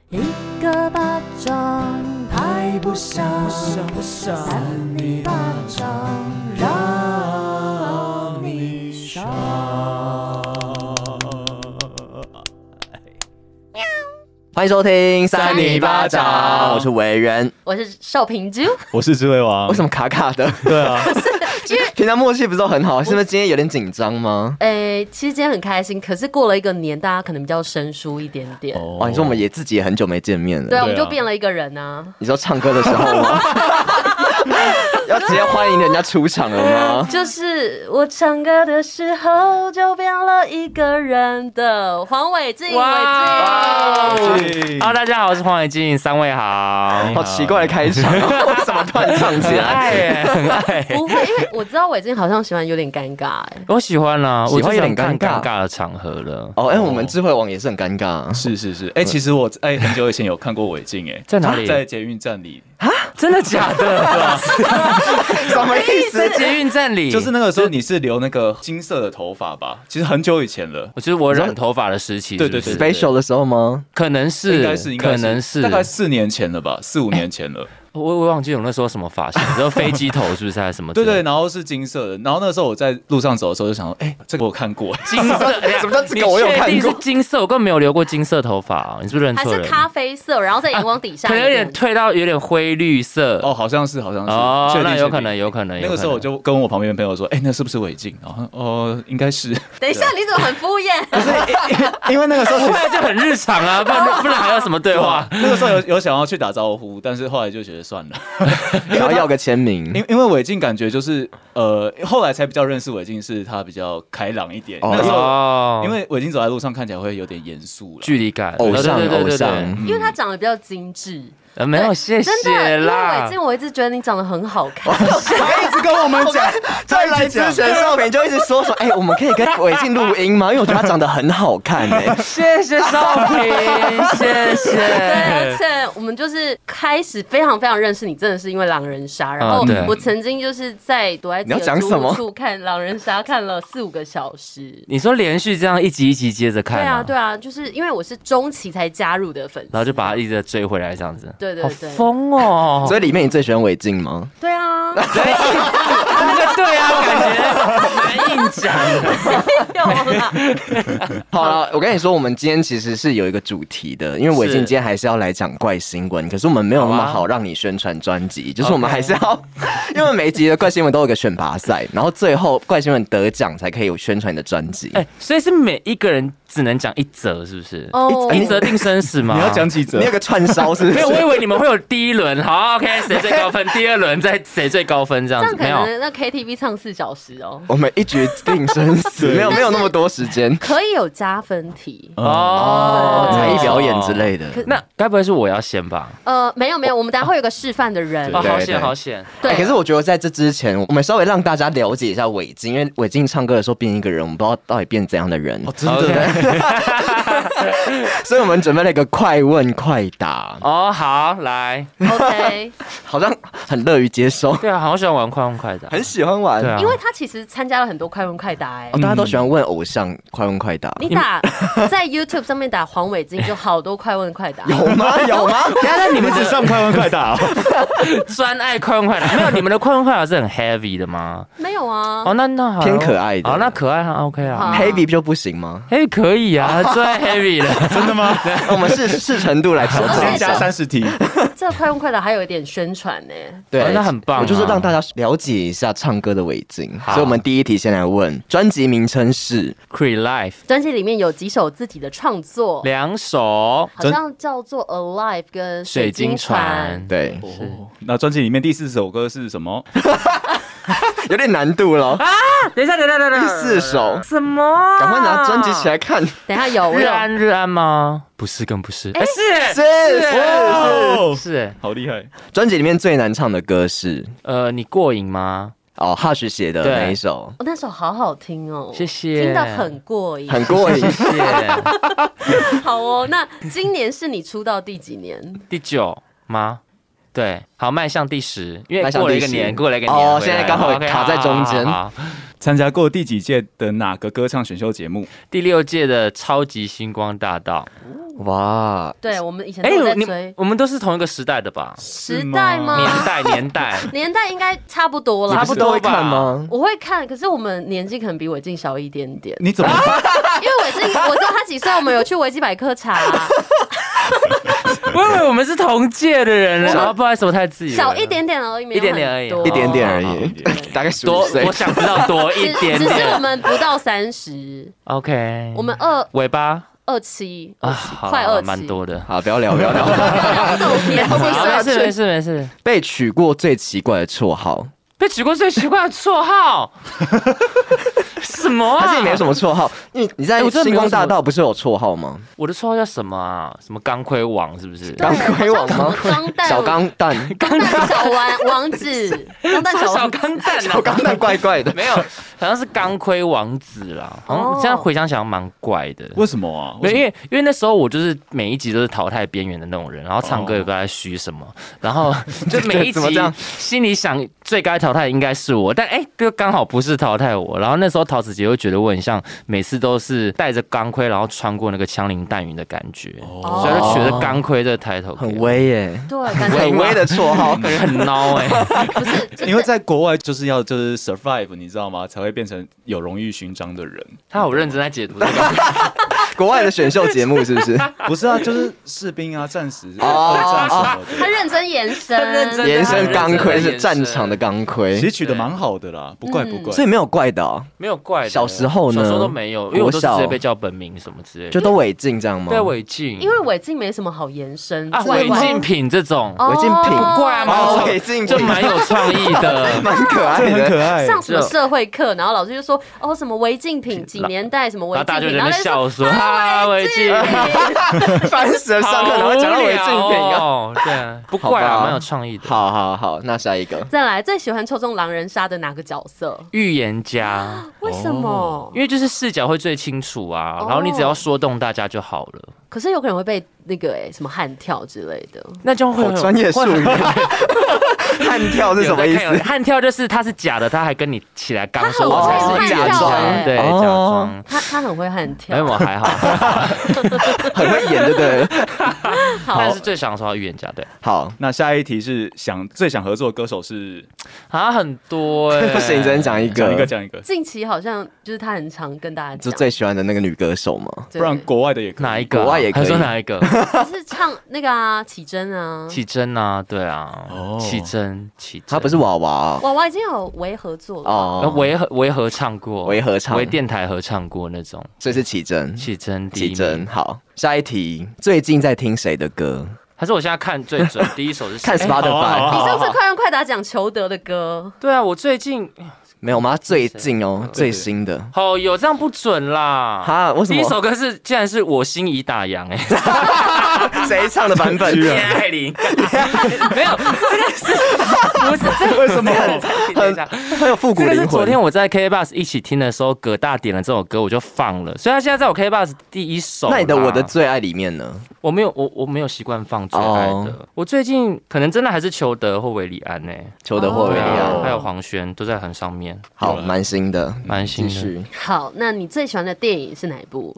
一个巴掌拍不响，扇你巴掌让你爽。 欢迎收听三你巴掌，我是维人， 我是寿平猪， 我是智慧王。 为什么卡卡的？ 对啊， 平常默契不是都很好，是不是今天有点紧张吗？ 其实今天很开心，可是过了一个年，大家可能比较生疏一点点。 哇，你说我们也自己也很久没见面了。 对啊，我们就变了一个人啊。 你说唱歌的时候吗？要直接欢迎人家出场了吗？ 就是我唱歌的时候就变了一个人的黄伟晋， Hello， 大家好，我是黄伟晋，三位好。 好奇怪的开场，为什么突然唱起来？ 很爱。 不会，因为我知道伟晋好像喜欢有点尴尬， 我喜欢啦， 喜欢有点尴尬的场合了。 哦，我们智慧王也是很尴尬。 是，其实我很久以前有看过伟晋， 在哪里？ 在捷运站里。 真的假的？ 什么意思？ 在捷运站里， 就是那个时候你是留那个金色的头发吧？其实很久以前了。 我觉得我染头发的时期， 对 ，special 的时候吗？ 可能是， 应该是， 可能是， 大概4年前了吧，4、5年前了。 我忘记我那时候什么发型，然后飞机头是不是还是什么？ 对，然后是金色的。然后那时候我在路上走的时候就想说，这个我看过。 金色？ 什么叫这个我有看过？ 是金色，我根本没有留过金色头发，你是不是认错人？ 还是咖啡色，然后在荧光底下， 可能有点退到有点灰绿色。 哦，好像是。 哦，那有可能。 那个时候我就跟我旁边的朋友说，那是不是伟晋？然后应该是。 等一下，你怎么很敷衍？ 不是，因为那个时候后来就很日常啊，不然还有什么对话？ 那个时候有想要去打招呼，但是后来就觉得算了。 然后要个签名， 因为伟晋感觉就是后来才比较认识伟晋，是他比较开朗一点。那个时候，因为伟晋走在路上看起来会有点严肃了， 距离感， 偶像， 因为他长得比较精致。 没有，谢谢啦。 因为伟晋，我一直觉得你长得很好看。 一直跟我们讲， 在来之前，少平就一直说，我们可以跟伟晋录音吗？因为我觉得他长得很好看谢谢少平，谢谢。 对，而且我们就是开始非常非常认识你，真的是因为狼人杀。然后我曾经就是在躲在自己的租屋处看狼人杀，看了4、5个小时。 你说连续这样一集一集接着看？ 对啊，就是因为我是中期才加入的粉丝， 然后就把他一直追回来这样子。 对， 好疯哦！ 所以里面你最喜欢伟晋吗？ 对啊， 那个对啊，感觉蛮硬讲的。好了，我跟你说，我们今天其实是有一个主题的，因为伟晋今天还是要来讲怪新闻，可是我们没有那么好让你宣传专辑，就是我们还是要，因为每一集的怪新闻都有个选拔赛，然后最后怪新闻得奖才可以有宣传你的专辑。 所以是每一个人只能讲1则，是不是？一则定生死吗？ 你要讲几则？ 你有个串烧是不是？ 没有，我以为你们会有第1轮，好 ，OK， 谁最高分，第2轮再谁最高分这样子。 这样可能那 KTV 唱4小时哦。 我们一局定生死，没有那么多时间， 可以有加分题才艺表演之类的。 那该不会是我要先吧？ 没有，我们等下会有个示范的人。 好险。 对，可是我觉得在这之前，我们稍微让大家了解一下伟晋，因为伟晋唱歌的时候变一个人，我们不知道到底变怎样的人。 真的。 所以我们准备了一个快问快答。 好，来 ，OK， 好像很乐于接受。 对啊，好喜欢玩快问快答， 很喜欢玩。 因为他其实参加了很多快问快答， 大家都喜欢问偶像快问快答。 你打在 YouTube 上面打黄伟晋，就好多快问快答。 有吗？ 那你们只上快问快答专爱快问快答。没有，你们的快问快答是很 heavy 的吗？ 没有啊。 那好， 偏可爱的。 那可爱还 OK 啊。 Heavy 就不行吗 ？Heavy 可以啊，最爱 heavy 了。 真的吗？ 我们试程度来调整， 先加30题。 这个快问快答还有一点宣传呢。 对， 那很棒。 我就是让大家了解一下唱歌的伟晋。所以我们第1题先来问，专辑名称是 Create Life， 专辑里面有几首自己的创作 ？2首， 好像叫做 Alive 跟水晶船。 对， 那专辑里面第4首歌是什么？ 有点难度了啊！ 等一下， 第4首什么？ 赶快拿专辑起来看。 等一下有日安吗？不是，更不是。是， 好厉害！ 专辑里面最难唱的歌是你过瘾吗 ？Hush 写的那一首， 那首好好听哦， 谢谢， 听得很过瘾， 很过瘾， 谢谢。 好哦，那今年是你出道第几年？ 第9吗？对，好，迈向第10，因为过了一个年， 哦，现在刚好卡在中间。 参加过第几届的哪个歌唱选秀节目？ 第6届的超级星光大道。 哇， 对，我们以前都在追， 我们都是同一个时代的吧？ 时代吗？年代应该差不多了。 差不多会看吗？ 我会看，可是我们年纪可能比伟晋小一点点。 你怎么？ 因为伟晋，我知道他几岁，我们有去维基百科查。 我以为我们是同届的人了，不好意思，我太自由了。 小一点点而已， 一点点而已，大概15岁。 我想知道多一点点， 只是我们不到30。 OK， 我们尾巴。 27啊，快27， 蛮多的。 好，不要聊。没事。被取过最奇怪的绰号？ 被取过最奇怪的绰号？什么啊？ 还是你没有什么绰号？因为你在星光大道不是有绰号吗？ 我的绰号叫什么啊？什么钢盔王是不是？ 钢盔王吗？小钢蛋小王子， 小钢蛋， 小钢蛋怪怪的。 没有，好像是钢盔王子啦。现在回想起来蛮怪的。 为什么啊？ 因为那时候我就是每一集都是淘汰边缘的那种人，然后唱歌也不知道在虚什么，然后就每一集心里想最该淘汰应该是我，但就刚好不是淘汰我。然后那时候陶子杰会觉得我很像每次都是带着钢盔，然后穿过那个枪林弹雨的感觉，所以就取了钢盔这个抬头， 很威耶， 对， 很威的绰号， 感觉很孬不是， 因为在国外就是要survive， 你知道吗？才会变成有荣誉勋章的人。 他好认真在解读这个国外的选秀节目是不是？ 不是啊，就是士兵啊、战士他认真延伸钢盔是战场的钢盔， 其实取得蛮好的啦，不怪。 所以没有怪的啊， 没有怪的。 小时候呢？ 小时候都没有，因为我都直接被叫本名什么之类的， 就都违禁这样吗？ 对，违禁。 因为违禁没什么好延伸啊，违禁品这种， 违禁品不怪啊， 违禁就蛮有创意的， 蛮可爱的， 很可爱。 上什么社会课，然后老师就说什么违禁品几年代什么违禁品， 然后大家就在笑说违禁品， 烦死了，上课然后讲到违禁品哦，对啊，不怪啊，蛮有创意的。 好，那下一个， 再来，最喜欢抽中狼人杀的哪个角色？ 预言家。 为什么？ 因为就是视角会最清楚啊，然后你只要说动大家就好了。 可是有可能会被那个什么悍跳之类的， 那就会专业术语。悍跳是什么意思？ 悍跳就是他是假的，他还跟你起来刚说我才是假装，对，假装。 他很会悍跳， 没有我还好， 很会演，对不对？ 但是最想说预言家，对。 好，那下一题是最想合作的歌手是很多不行，只能讲一个， 讲一个。 近期好像就是他很常跟大家讲， 就最喜欢的那个女歌手嘛， 不然国外的也可以。 哪一个？ 国外也可以。 他说哪一个？ 是唱那个启真啊， 启真啊，对啊，启真， 他不是娃娃， 娃娃已经有微合作了， 微合唱过，微电台合唱过那种， 所以是启真， 启真。 好，下一题，最近在听谁的歌？ 还是我现在看最准，第一首是看 Spotify。 你上次快问快答讲裘德的歌， 对啊，我最近。 没有吗？最近最新的有这样不准啦！ 为什么？ 第一首歌竟然是我心已打烊谁唱的版本？ 叶爱玲，没有，这个是不是？ 为什么？ 很有复古灵魂。 昨天我在 KKBOX 一起听的时候，葛大点了这首歌，我就放了。所以他现在在我 KKBOX 第一首。 那你的我的最爱里面呢？ 我没有习惯放最爱的。我最近可能真的还是裘德或韦礼安裘德或韦礼安， 还有黄轩都在很上面。 好，蛮新的。 好，那你最喜欢的电影是哪一部？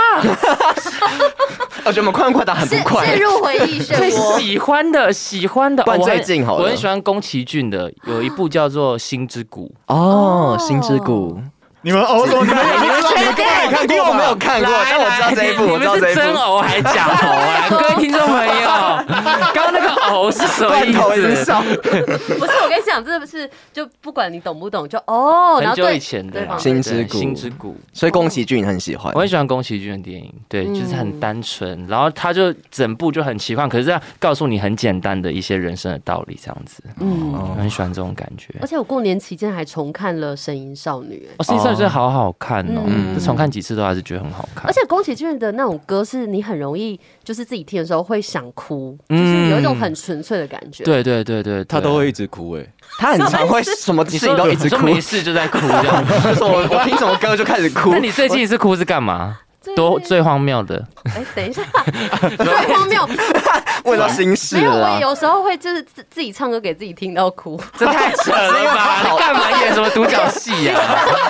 我觉得我们快问快答很不快， 陷入回忆漩涡。喜欢的， 最近好了， 我很喜欢宫崎骏的，有一部叫做《心之谷》。 心之谷。 你们确定？因为我没有看过，但我知道这一部。 你们是真偶还假偶啊？各位听众朋友，刚刚那个偶是什么意思？ 不是，我跟你讲，这不是就不管你懂不懂，就很久以前的心之谷。所以宫崎骏很喜欢， 我很喜欢宫崎骏的电影，对，就是很单纯，然后他就整部就很奇幻，可是要告诉你很简单的一些人生的道理，这样子。我很喜欢这种感觉。 而且我过年期间还重看了《神隐少女》。 神隐少女真的好好看哦，就重看几次都还是觉得很好看。 而且宫崎骏的那种歌是你很容易就是自己听的时候会想哭，就是有一种很纯粹的感觉。 对， 他都会一直哭他很常会什么事情都一直哭， 没事就在哭这样。 就是我听什么歌就开始哭。 那你最近一次哭是干嘛？最荒谬的。 等一下，最荒谬。 问问到心事了。 没有，我有时候会就是自己唱歌给自己听到哭， 这太扯了吧？你干嘛演什么独角戏呀？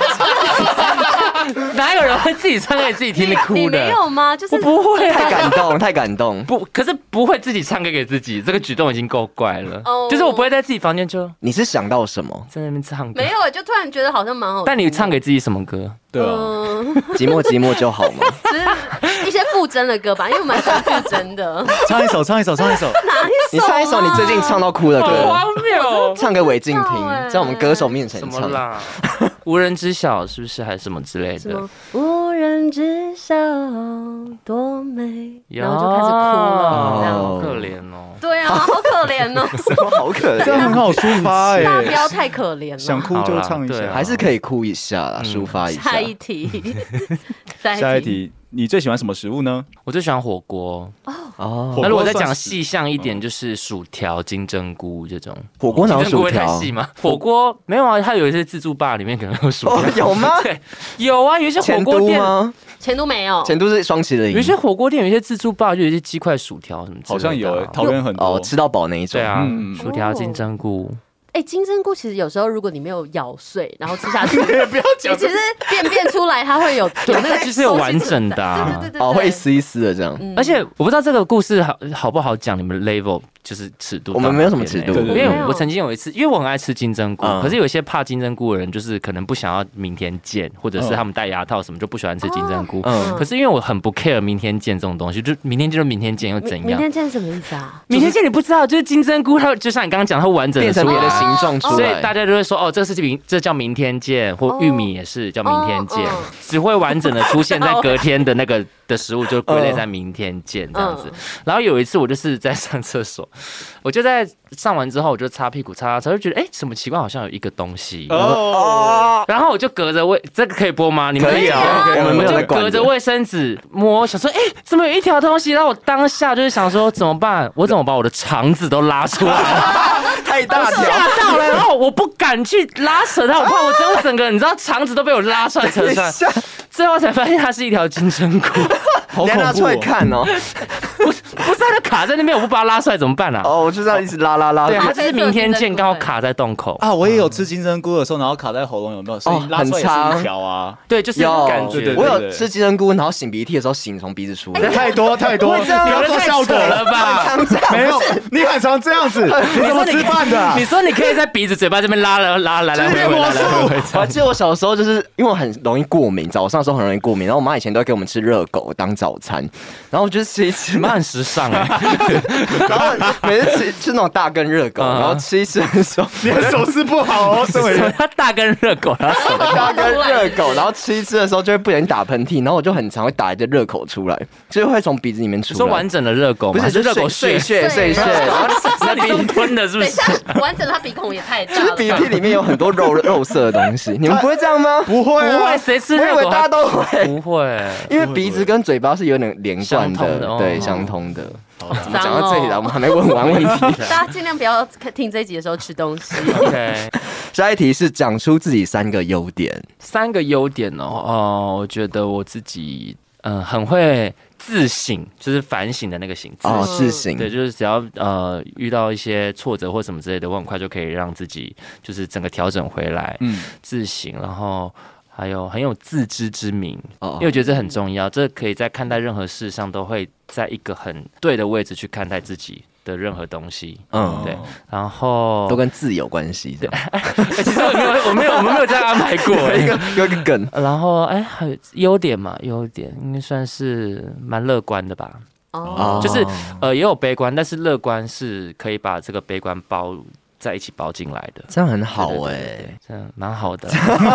哪有人会自己唱给自己听的哭的？ 你没有吗？就是我不会， 太感动，太感动。 不，可是不会自己唱歌给自己，这个举动已经够怪了。就是我不会在自己房间就。 你是想到什么？ 在那边唱歌？ 没有，就突然觉得好像蛮好。 但你唱给自己什么歌？ 对啊， 寂寞寂寞就好嘛。 就是一些傅征的歌吧，因为我蛮喜欢傅征的。 唱一首。 哪一首？ 你唱一首你最近唱到哭的歌， 好荒谬， 唱给韦静听，在我们歌手面前唱。 什么啦？无人知晓是不是还是什么之类的？ 无人知晓多美，然后就开始哭了，这样好可怜哦。 对啊，好可怜哦， 什么好可怜？ 这样很好抒发哎， 大标太可怜了， 想哭就唱一下， 还是可以哭一下啦，抒发一下。 下一题， 下一题，你最喜欢什么食物呢？ 我最喜欢火锅哦。 那如果再讲细项一点，就是薯条、金针菇这种。 火锅哪有薯条？ 太细吗？火锅没有啊，它有一些自助吧里面可能有薯条。 有吗？ 对，有啊，有一些火锅店吗？ 前都没有， 前都是双麒麟。 有一些火锅店有一些自助吧，就有一些鸡块、薯条什么。 好像有，桃园很多吃到饱那一种。 对啊，薯条、金针菇。 金针菇其实有时候如果你没有咬碎，然后吃下去， 不要讲， 其实便出来它会有那个其实有完整的， 对， 会一丝一丝的这样。 而且我不知道这个故事好不好讲，你们 level 就是尺度， 我们没有什么尺度， 因为我曾经有一次，因为我很爱吃金针菇，可是有一些怕金针菇的人，就是可能不想要明天见，或者是他们戴牙套什么就不喜欢吃金针菇。可是因为我很不 care 明天见这种东西，就明天见就明天见又怎样？ 明天见什么意思啊？ 明天见你不知道，就是金针菇它就像你刚刚讲，它完整的变成别的形状出来， 所以大家就会说哦，这叫明天见，或玉米也是叫明天见，只会完整的出现在隔天的那个的食物，就归类在明天见这样子。然后有一次我就是在上厕所，我就在上完之后我就擦屁股擦，就觉得什么奇怪，好像有一个东西。然后我就隔着这个可以播吗？你们可以啊，我们没有在管。 隔着卫生纸摸，想说怎么有一条东西？然后我当下就是想说怎么办？我怎么把我的肠子都拉出来？ 太大条， 吓到了，然后我不敢去拉扯它，我怕我整个你知道肠子都被我拉出来扯出来，最后才发现它是一条金针菇， 好恐怖！ 拿出来看哦， 不是它就卡在那边，我不把它拉出来怎么办啊？ 我就这样一直拉， 对，它就是明天见，刚好卡在洞口啊。我也有吃金针菇的时候，然后卡在喉咙，有没有？所以拉出来也是一条啊。 对，就是感觉。 我有吃金针菇，然后擤鼻涕的时候擤从鼻子出来， 太多， 你要做效果了吧？ 没有，你很常这样子，你怎么吃饭的？ 你说你可以在鼻子、嘴巴这边拉来回。 我还记得我小时候就是因为我很容易过敏，早上的时候很容易过敏，然后我妈以前都会给我们吃热狗当早餐，然后我就吃一吃， 蛮时尚然后每次吃那种大根热狗，然后吃一吃的时候， 你的手势不好哦， 什么大根热狗， 大根热狗，然后吃一吃的时候就会不小心打喷嚏，然后我就很常会打一些热口出来，就是会从鼻子里面出来。 说完整的热狗吗？ 不是，就热狗碎屑，然后那鼻孔吞的是不是？ 完整他鼻孔也太大了， 就是鼻涕里面有很多肉色的东西。你们不会这样吗？ 不会， 谁吃热狗？ 我以为大家都会， 不会， 因为鼻子跟嘴巴是有点连贯的，对，相通的。讲到这里了，我们还没问完问题。 大家尽量不要听这一集的时候吃东西。 OK， 下一题是讲出自己3个优点。 3个优点我觉得我自己很会自省，就是反省的那个省。 自省。 对，就是只要遇到一些挫折或什么之类的，我很快就可以让自己就是整个调整回来。自省，然后还有很有自知之明，因为我觉得这很重要，这可以在看待任何事上都会在一个很对的位置去看待自己的任何东西。对，然后都跟自有关系。对， 其实我们没有这样安排过， 有一个梗。 然后还有优点嘛，优点应该算是蛮乐观的吧。就是也有悲观，但是乐观是可以把这个悲观在一起包进来的， 这样很好这样蛮好的。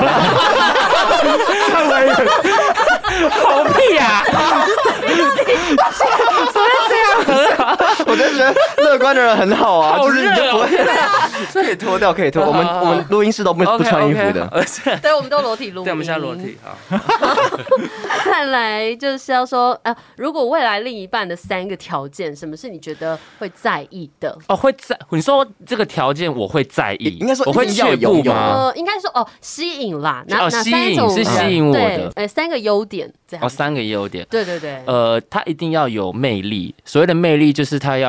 好屁呀！ 怎么这样很好？ 我就觉得乐观的人很好啊， 好热哦！ 可以脱掉，可以脱。我们录音室都不穿衣服的， 对，我们都裸体录。 对，我们现在裸体。好， 看来就是要说，如果未来另一半的3个条件，什么是你觉得会在意的？ 你说这个条件我会在意， 应该说我会却步吗？ 应该说吸引啦， 吸引是吸引我的。 3个优点这样。 3个优点。 对对对。 他一定要有魅力，所谓的魅力就是他要有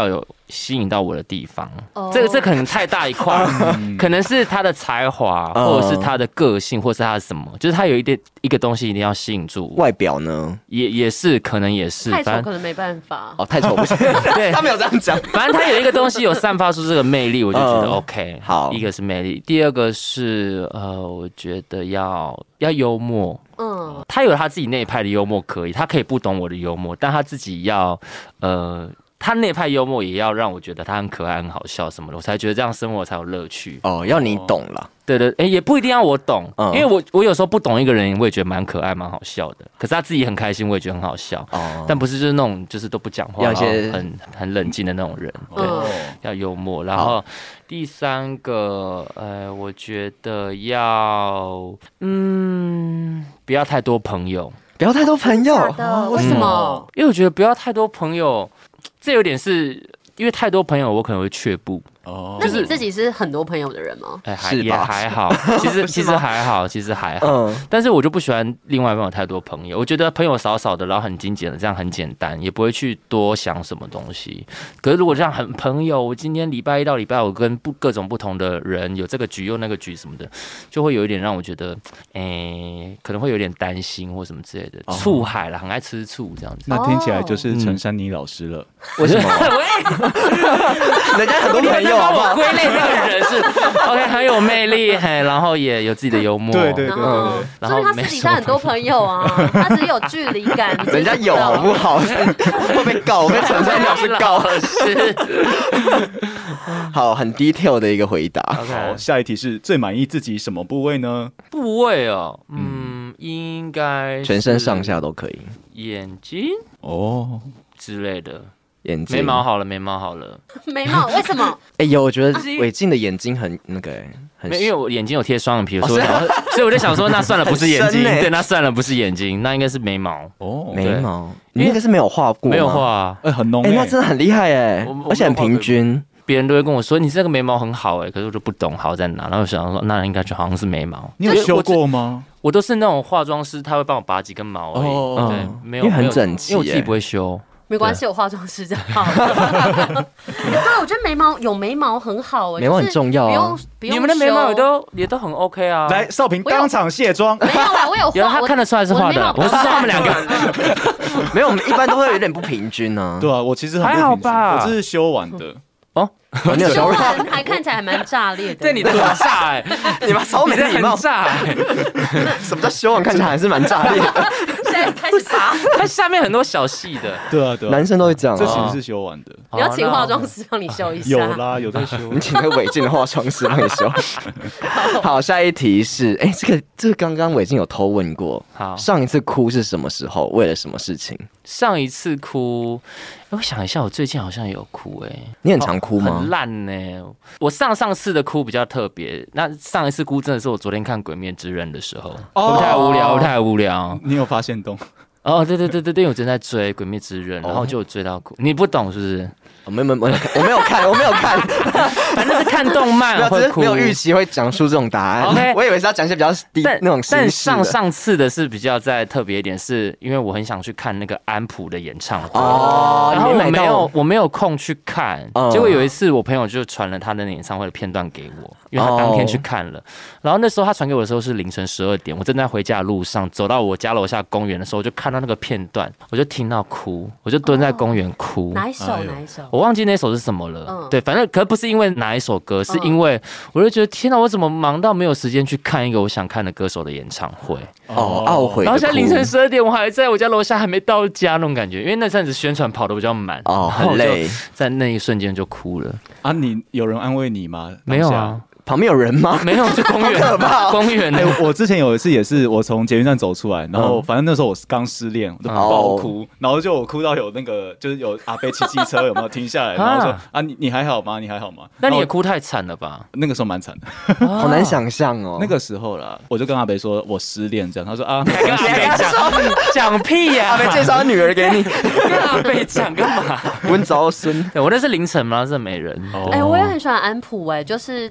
吸引到我的地方。这可能太大一块，可能是他的才华，或者是他的个性，或是他的什么，就是他有一个东西一定要吸引住我。 外表呢， 也是，可能也是。 太丑可能没办法。 太丑不行。对，他没有这样讲。 反正他有一个东西有散发出这个魅力，我就觉得 OK。 好， 一个是魅力，第二个是我觉得要幽默。他有他自己那一派的幽默可以，他可以不懂我的幽默，但他自己要他那派幽默也要让我觉得他很可爱、很好笑什么的，我才觉得这样生活才有乐趣。 要你懂了。 对，也不一定要我懂，因为我有时候不懂一个人，我也觉得蛮可爱、蛮好笑的。可是他自己很开心，我也觉得很好笑。但不是就是那种就是都不讲话，然后很冷静的那种人。对，要幽默。然后第三个，我觉得要不要太多朋友。 不要太多朋友？ 为什么？ 因为我觉得不要太多朋友。这有点是因为太多朋友，我可能会却步。 那你自己是很多朋友的人吗？ 也还好，其实还好，但是我就不喜欢另外一半有太多朋友。我觉得朋友少少的，然后很精简的，这样很简单，也不会去多想什么东西。可是如果这样很朋友，我今天礼拜一到礼拜五跟各种不同的人有这个局又那个局什么的，就会有一点让我觉得，可能会有点担心或什么之类的。醋海啦，很爱吃醋这样子。 那听起来就是陈珊妮老师了。 为什么？人家很多朋友。 我归类那个人是 OK 很有魅力，然后也有自己的幽默， 对， 然后他私底下很多朋友啊，他只有距离感， 人家有好不好？会被告，被陈珊妮老师告是。好，很 detail 的一个回答。 好，下一题是最满意自己什么部位呢？ 部位哦，应该全身上下都可以， 眼睛之类的。 眼睛眉毛好了，眉毛为什么？ 我觉得伟晋的眼睛很那个很， 因为我眼睛有贴双眼皮，所以我就想说，那算了，不是眼睛，对，那算了，不是眼睛，那应该是眉毛。 眉毛，你那个是没有画过吗？ 没有画， 很浓， 那真的很厉害而且很平均。 别人都会跟我说你这个眉毛很好可是我就不懂好在哪，然后我想说那应该就好像是眉毛。 你有修过吗？ 我都是那种化妆师，他会帮我拔几根毛而已，对，没有， 因为很整齐， 因为我自己不会修。 没关系，有化妆师就好了。对，我觉得眉毛很好眉毛很重要啊。 你们的眉毛也都很 OK 啊。 来，少平当场卸妆。 没有啦，我有画， 他看得出来是画的。我是说他们两个。 没有，我们一般都会有点不平均啊。 对啊，我其实还好吧， 我这是修完的。 修完还看起来还蛮炸裂的。 对，你的很炸你们超没礼貌。 炸什么叫修完看起来还是蛮炸裂的？ 现在开始炸， 它下面很多小细的。 对啊， 男生都会这样。 这其实是修完的。 你要请化妆师帮你修一下。 有啦，有在修。 你请那个伟晋的化妆师帮你修。好，下一题是，这个刚刚伟晋有偷问过。好，上一次哭是什么时候？为了什么事情？ 上一次哭，我想一下，我最近好像有哭你很常哭吗？ 很烂我上次的哭比较特别，那上一次哭真的是我昨天看《鬼灭之刃》的时候，太无聊。 你有发现动？ 对，因为我正在追《鬼灭之刃》，然后就追到哭。你不懂是不是？ 我没有看， 反正是看动漫会哭， 没有预期会讲出这种答案。Okay, 我以为是要讲一些比较低那种心事的。 但上次的是比较再特别一点，是因为我很想去看那个安普的演唱会然后我没有空去看，结果有一次我朋友就传了他的演唱会的片段给我，因为他当天去看了。然后那时候他传给我的时候是凌晨12点，我正在回家的路上，走到我家楼下公园的时候，就看到那个片段，我就听到哭，我就蹲在公园哭。 哪一首？ 我忘记那首是什么了。对，反正可不是因为哪一首歌，是因为我就觉得天哪，我怎么忙到没有时间去看一个我想看的歌手的演唱会？ 懊悔。 然后现在凌晨12点，我还在我家楼下，还没到家那种感觉，因为那阵子宣传跑得比较满， 很累， 在那一瞬间就哭了。 你有人安慰你吗？ 没有啊。 旁边有人吗？ 没有，就公园。 可怕！ 公园。 我之前有一次也是，我从捷运站走出来，然后反正那时候我刚失恋，我就爆哭，然后就我哭到有那个就是有阿伯骑机车有没有停下来，然后说你还好吗？你还好吗？ 那你也哭太惨了吧？ 那个时候蛮惨的， 好难想象哦。 那个时候啦，我就跟阿伯说我失恋这样，他说跟阿伯讲屁呀！ 阿伯介绍女儿给你， 跟阿伯讲干嘛？ 温昭孙， 我那是凌晨吗？是没人。 我也很喜欢安普就是之前有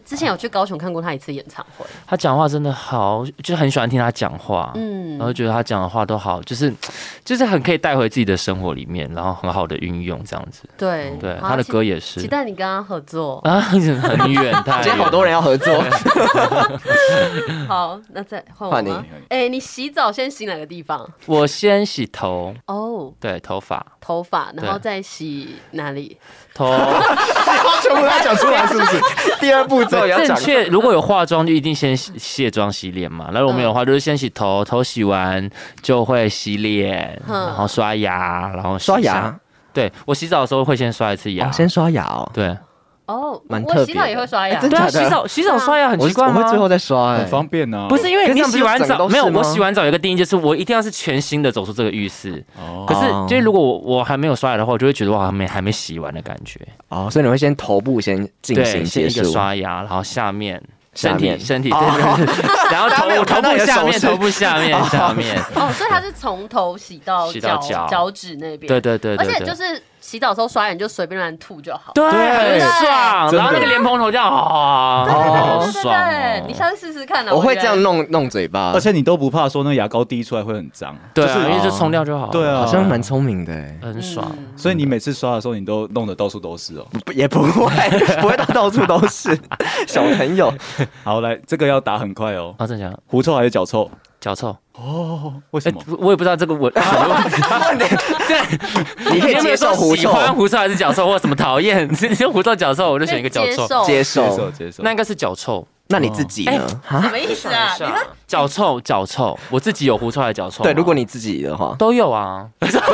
去高雄看过他一次演唱会。 他讲话真的好，就很喜欢听他讲话，然后觉得他讲的话都好，就是很可以带回自己的生活里面，然后很好的运用这样子。 对， 他的歌也是。 期待你跟他合作啊，很远， 今天好多人要合作。 好，那再换我吗？你洗澡先洗哪个地方？ 我先洗头。对，头发，然后再洗哪里？头， 全部都要讲出来是不是？ 第二步骤也要讲。 正确，如果有化妆就一定先卸妆洗脸嘛。那如果没有的话，就是先洗头，头洗完就会洗脸，然后刷牙，然后刷牙。 对，我洗澡的时候会先刷一次牙， 先刷牙哦。 对。 我洗澡也会刷牙。 对啊，洗澡刷牙很奇怪吗？ 我会最后再刷， 很方便啊。 不是因为你洗完澡没有？我洗完澡有一个定义，就是我一定要是全新的走出这个浴室。可是就是如果我还没有刷牙的话，我就会觉得我还没洗完的感觉。 所以你会先头部先进行结束， 一个刷牙，然后下面。身体，对，然后头部下面。 所以它是从头洗到脚趾那边。 对， 而且就是洗澡的时候刷牙，你就随便乱吐就好。 对，很爽。然后那个莲蓬头这样，好爽。 你下次试试看。 我会这样弄嘴巴， 而且你都不怕说那牙膏滴出来会很脏。 对，因为就冲掉就好。 对啊， 好像蛮聪明的， 很爽。 所以你每次刷的时候，你都弄得到处都是哦？ 也不会到处都是。小朋友。 好，来，这个要打很快哦。 真的？ 狐臭还是脚臭？ 脚臭。 为什么？ 我也不知道这个对， 你可以接受狐臭， 喜欢狐臭还是脚臭，或什么讨厌？你用狐臭、脚臭，我就选一个脚臭。 接受。 那应该是脚臭。 那你自己呢？ 什么意思啊？ 脚臭，我自己有狐臭还是脚臭？ 对，如果你自己的话， 都有啊。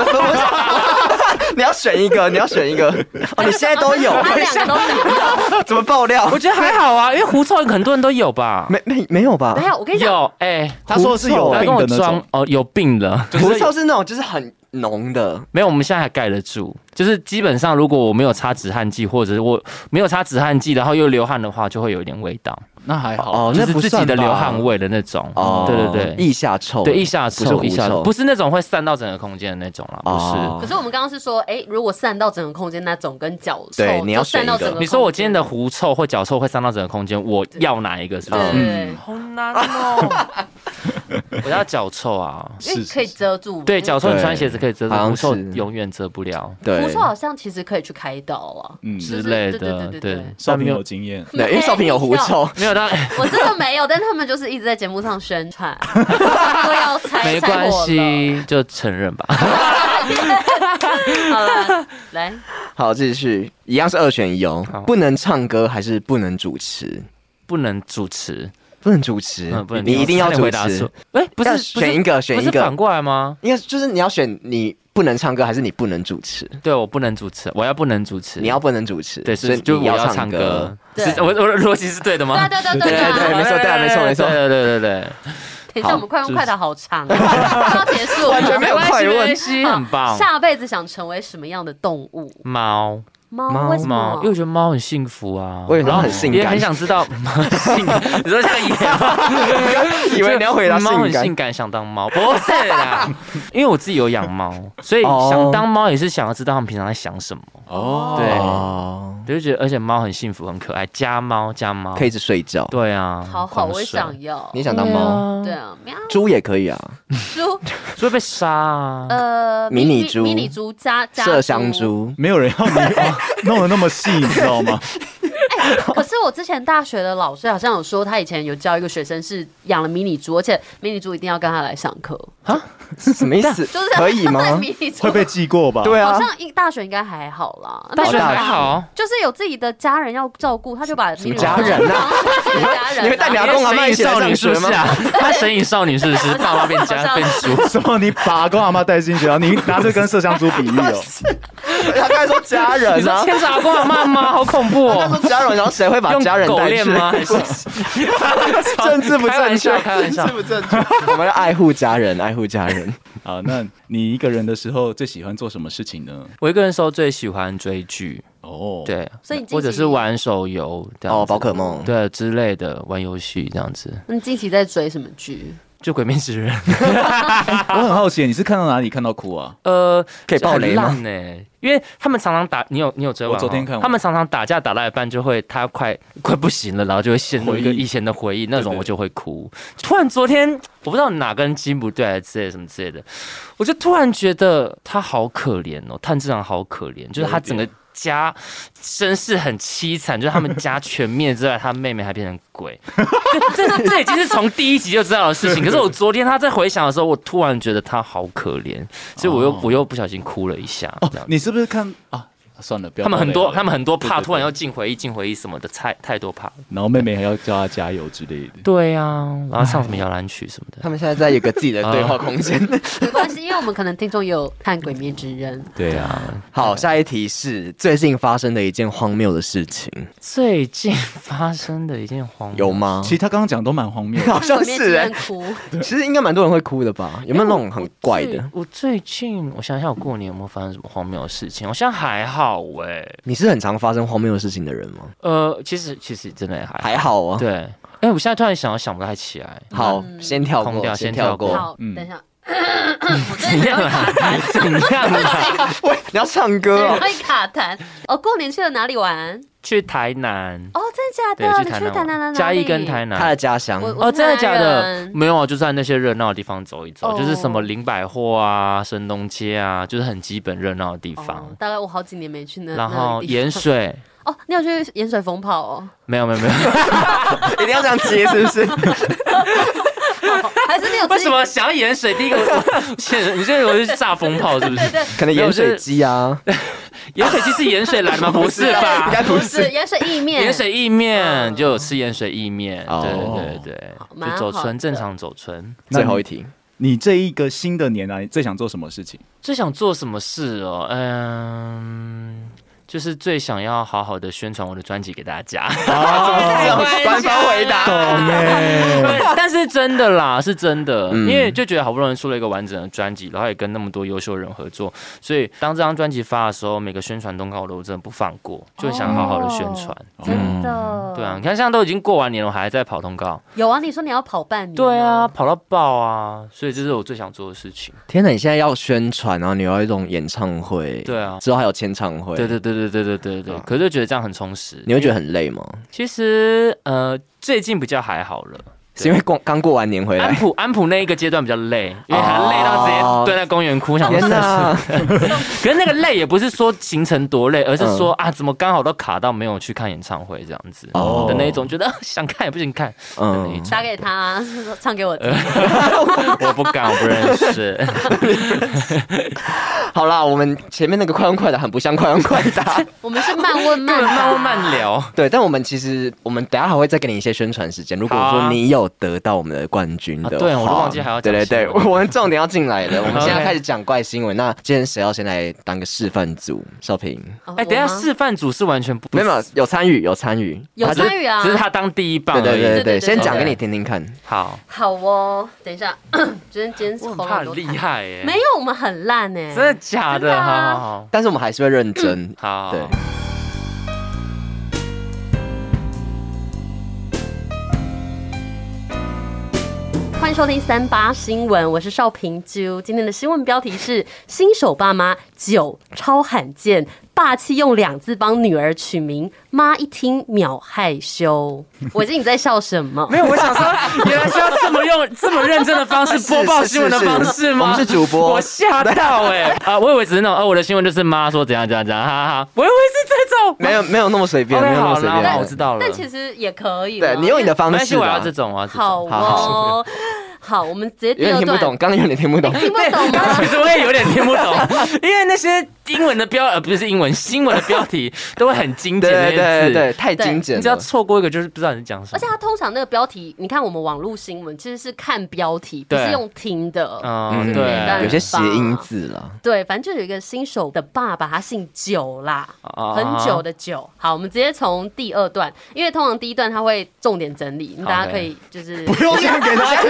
你要选一个，你现在都有， 他两个都有， 怎么爆料？ 我觉得还好啊，因为狐臭很多人都有吧？ 没有吧？ 没有，我跟你讲， 有他说是有病的那种， 有病的， 狐臭是那种就是很浓的， 没有，我们现在还盖得住，就是基本上如果我没有擦止汗剂，或者是我没有擦止汗剂，然后又流汗的话，就会有一点味道。 那还好， 就是自己的流汗味的那种。对， 腋下臭， 对，腋下臭，不是那种会散到整个空间的那种啦，不是。 可是我们刚刚是说，如果散到整个空间那种跟脚臭， 对，你要选一个。 你说我今天的狐臭或脚臭会散到整个空间，我要哪一个？是不是？好难哦。我要脚臭啊， 因为可以遮住。 对，脚臭你穿鞋子可以遮住，狐臭永远遮不了。 对， 狐臭好像其实可以去开刀啊， 之类的。对， 少平有经验， 对，因为少平有狐臭， 没有我真的没有，但他们就是一直在节目上宣传，说要拆， 没关系，就承认吧。 好了，来， 好，继续，一样是2选1哦，不能唱歌还是不能主持？ 不能主持。 不能主持，你一定要主持。 不是选一个，不是反过来吗？ 应该就是你要选你不能唱歌，还是你不能主持？ 对，我不能主持，我要不能主持。 你要不能主持， 对，所以就我要唱歌。我逻辑是对的吗？ 对， 没错，没错。 对。 等一下，我们快问快答好长，要结束， 完全没有快问， 很棒。 下辈子想成为什么样的动物？ 猫， 为什么？ 因为我觉得猫很幸福啊， 我也很性感， 也很想知道性感。你说像野猫， 以为你要回答猫很性感，想当猫，不是啦。因为我自己有养猫，所以想当猫也是想要知道他们平常在想什么。对，就觉得而且猫很幸福，很可爱，家猫可以一直睡觉。 对啊， 好，我也想要。 你想当猫？ 对啊， 猪也可以啊。 猪会被杀啊。 迷你猪加麝香猪， 没有人要你弄得那么细，你知道吗？ 可是我之前大学的老师好像有说，他以前有教一个学生是养了迷你猪，而且迷你猪一定要跟他来上课啊？什么意思？ 就是可以吗？ 会被记过吧？ 对啊， 好像大学应该还好啦。 大学还好， 就是有自己的家人要照顾，他就把迷你家人啊，你会带你阿公阿嬷一起上学吗？ 他神隐少女是不是？爸妈变猪？ 什么？你把阿公阿嬷带进学校，你拿这跟麝香猪比喻哦？ 他刚才说家人， 你说牵着阿公阿嬷吗？好恐怖哦！ 他说家人，然后谁会把家人带去吗？还是政治不正确？ 开玩笑， 政治不正确？我们要爱护家人，爱护家人。 好，那你一个人的时候最喜欢做什么事情呢？ 我一个人的时候最喜欢追剧哦，对， 所以或者是玩手游哦，宝可梦对之类的，玩游戏这样子。 你近期在追什么剧？ 就《鬼灭之刃》。 我很好奇，你是看到哪里看到哭啊？ 可以爆雷吗？ 因为他们常常打，你有追完？ 我昨天看完。 他们常常打架打到一半就会，他快不行了，然后就会陷入一个以前的回忆，那种我就会哭。突然昨天我不知道哪根筋不对，还是之类什么之类的，我就突然觉得他好可怜哦，炭治郎好可怜，就是他整个家身世很凄惨，就是他们家全灭之外，他妹妹还变成鬼。这已经是从第一集就知道的事情。可是我昨天他在回想的时候，我突然觉得他好可怜，所以我又不小心哭了一下。 你是不是看啊？算了，不要。 他们很多怕，突然要进回忆什么的，太多怕。 然后妹妹还要叫他加油之类的。 对啊，然后唱什么摇篮曲什么的。 他们现在在有个自己的对话空间。 没关系，因为我们可能听众也有看《鬼灭之刃》。 对啊。 好，下一题是最近发生的一件荒谬的事情。 最近发生的一件荒谬有吗？ 其实他刚刚讲都蛮荒谬的， 好像是其实应该蛮多人会哭的吧？有没有那种很怪的？ 我最近我想一下，我过年有没有发生什么荒谬的事情？好像还好哎。 你是很常发生荒谬的事情的人吗？ 其实真的还好啊。 对，我现在突然想不太起来。 好，先跳过，先跳过。 好，等一下。我真的会卡痰， 怎样啦？ 喂，你要唱歌啊？ 会卡痰。过年去了哪里玩？ 去台南。 真的假的？你去台南哪里？ 嘉义跟台南， 他的家乡。 真的假的？没有，就在那些热闹的地方走一走，就是什么林百货啊、神农街啊，就是很基本热闹的地方。 大概我好几年没去那。 然后盐水。 你有去盐水风炮哦？ 没有， 一定要这样接是不是？ 还是你有？ 为什么想要盐水？第一个，你这有是炸风炮是不是？ 对， 可能盐水鸡啊。 盐水鸡是盐水来吗？不是吧？ 应该不是。 盐水意面。 盐水意面就有吃盐水意面。对，就走村，正常走村。 最后一题， 你这一个新的年啊，你最想做什么事情？ 最想做什么事哦？就是最想要好好的宣传我的专辑给大家。 官方回答。 但是真的啦，是真的，因为就觉得好不容易出了一个完整的专辑，然后也跟那么多优秀人合作，所以当这张专辑发的时候，每个宣传通告我都真的不放过，就想好好的宣传。 真的。 对啊，你看现在都已经过完年了，我还在跑通告。 有啊，你说你要跑半年。 对啊，跑到爆啊！所以这是我最想做的事情。 天哪，你现在要宣传，然后你要一种演唱会。 对啊， 之后还有签唱会。 对，可是就觉得这样很充实。 你会觉得很累吗？ 其实最近比较还好了。 是因为刚过完年回来， 安普那一个阶段比较累，因为还累到直接蹲在公园哭，想说。可是那个累也不是说行程多累，而是说怎么刚好都卡到没有去看演唱会这样子的那一种，觉得想看也不行看的那一种。 打给他，唱给我听。 我不敢，我不认识。 好啦，我们前面那个快问快答很不像快问快答， 我们是慢问慢聊。 对，但我们其实等一下还会再给你一些宣传时间。如果说你有得到我们的冠军的， 对，我都忘记还要讲。 对，我们重点要进来了。我们现在开始讲怪新闻。那今天谁要先来当个示范组？少平。 等一下示范组是完全不没有参与啊， 只是他当第一棒而已。对，先讲给你听听看。 好哦，等一下，今天我很厉害耶。 没有，我们很烂哎。 真的假的？好。 但是我们还是会认真。 好。对。 欢迎收听38新闻，我是邵平啾。今天的新闻标题是：新手爸妈9超罕见，霸气用2字帮女儿取名，妈一听秒害羞。我记得你在笑什么？ 没有，我想说，原来是要用这么认真的方式播报新闻的方式吗？ 我们是主播， 我吓到我以为只是那种我的新闻就是妈说怎样，哈哈，我以为是这种， 没有那么随便，没有那么随便。 我知道了， 但其实也可以。 对，你用你的方式， 我要这种。 好，我们直接第二段。 有点听不懂，刚刚有点听不懂。 听不懂吗？ 其实我也有点听不懂，因为那些英文的不是英文，新闻的标题都会很精简。 对，太精简了。 你只要错过一个，就是不知道你讲什么。 而且它通常那个标题，你看我们网络新闻其实是看标题，不是用听的。 对， 有些谐音字啦。 对，反正就有一个新手的爸爸，他姓九啦，很久的久。好，我们直接从第2段，因为通常第1段他会重点整理，大家可以就是不用这样给他，你现在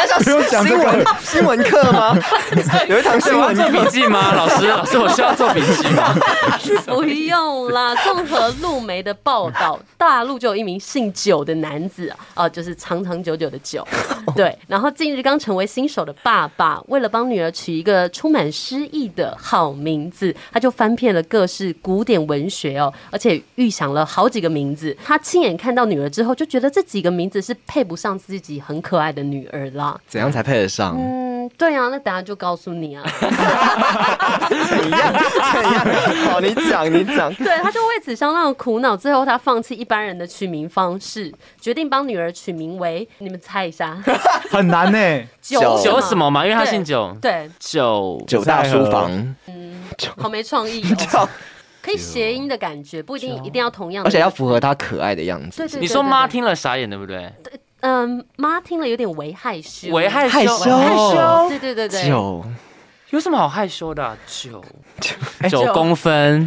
不用讲这个新闻课吗？有一堂新闻做笔记吗？老师，我需要做笔记吗？ 不用啦。综合路媒的报道，大陆就有一名姓九的男子就是长长久久的久，对。然后近日刚成为新手的爸爸，为了帮女儿取一个充满诗意的好名字，他就翻遍了各式古典文学而且预想了好几个名字。他亲眼看到女儿之后，就觉得这几个名字是配不上自己很可爱的女儿啦。 怎样才配得上？ 对啊，那等下就告诉你啊。 怎样？好，你讲。 对，他就为此相当的苦恼，最后他放弃一般人的取名方式，决定帮女儿取名为，你们猜一下， 很难呢。 九什么嘛？因为他姓九。 对， 九大书房。 好没创意可以谐音的感觉，不一定要同样的， 而且要符合他可爱的样子。 对， 你说妈听了傻眼，对不对？ 妈听了有点微害羞， 害羞。 对。 九有什么好害羞的？9公分，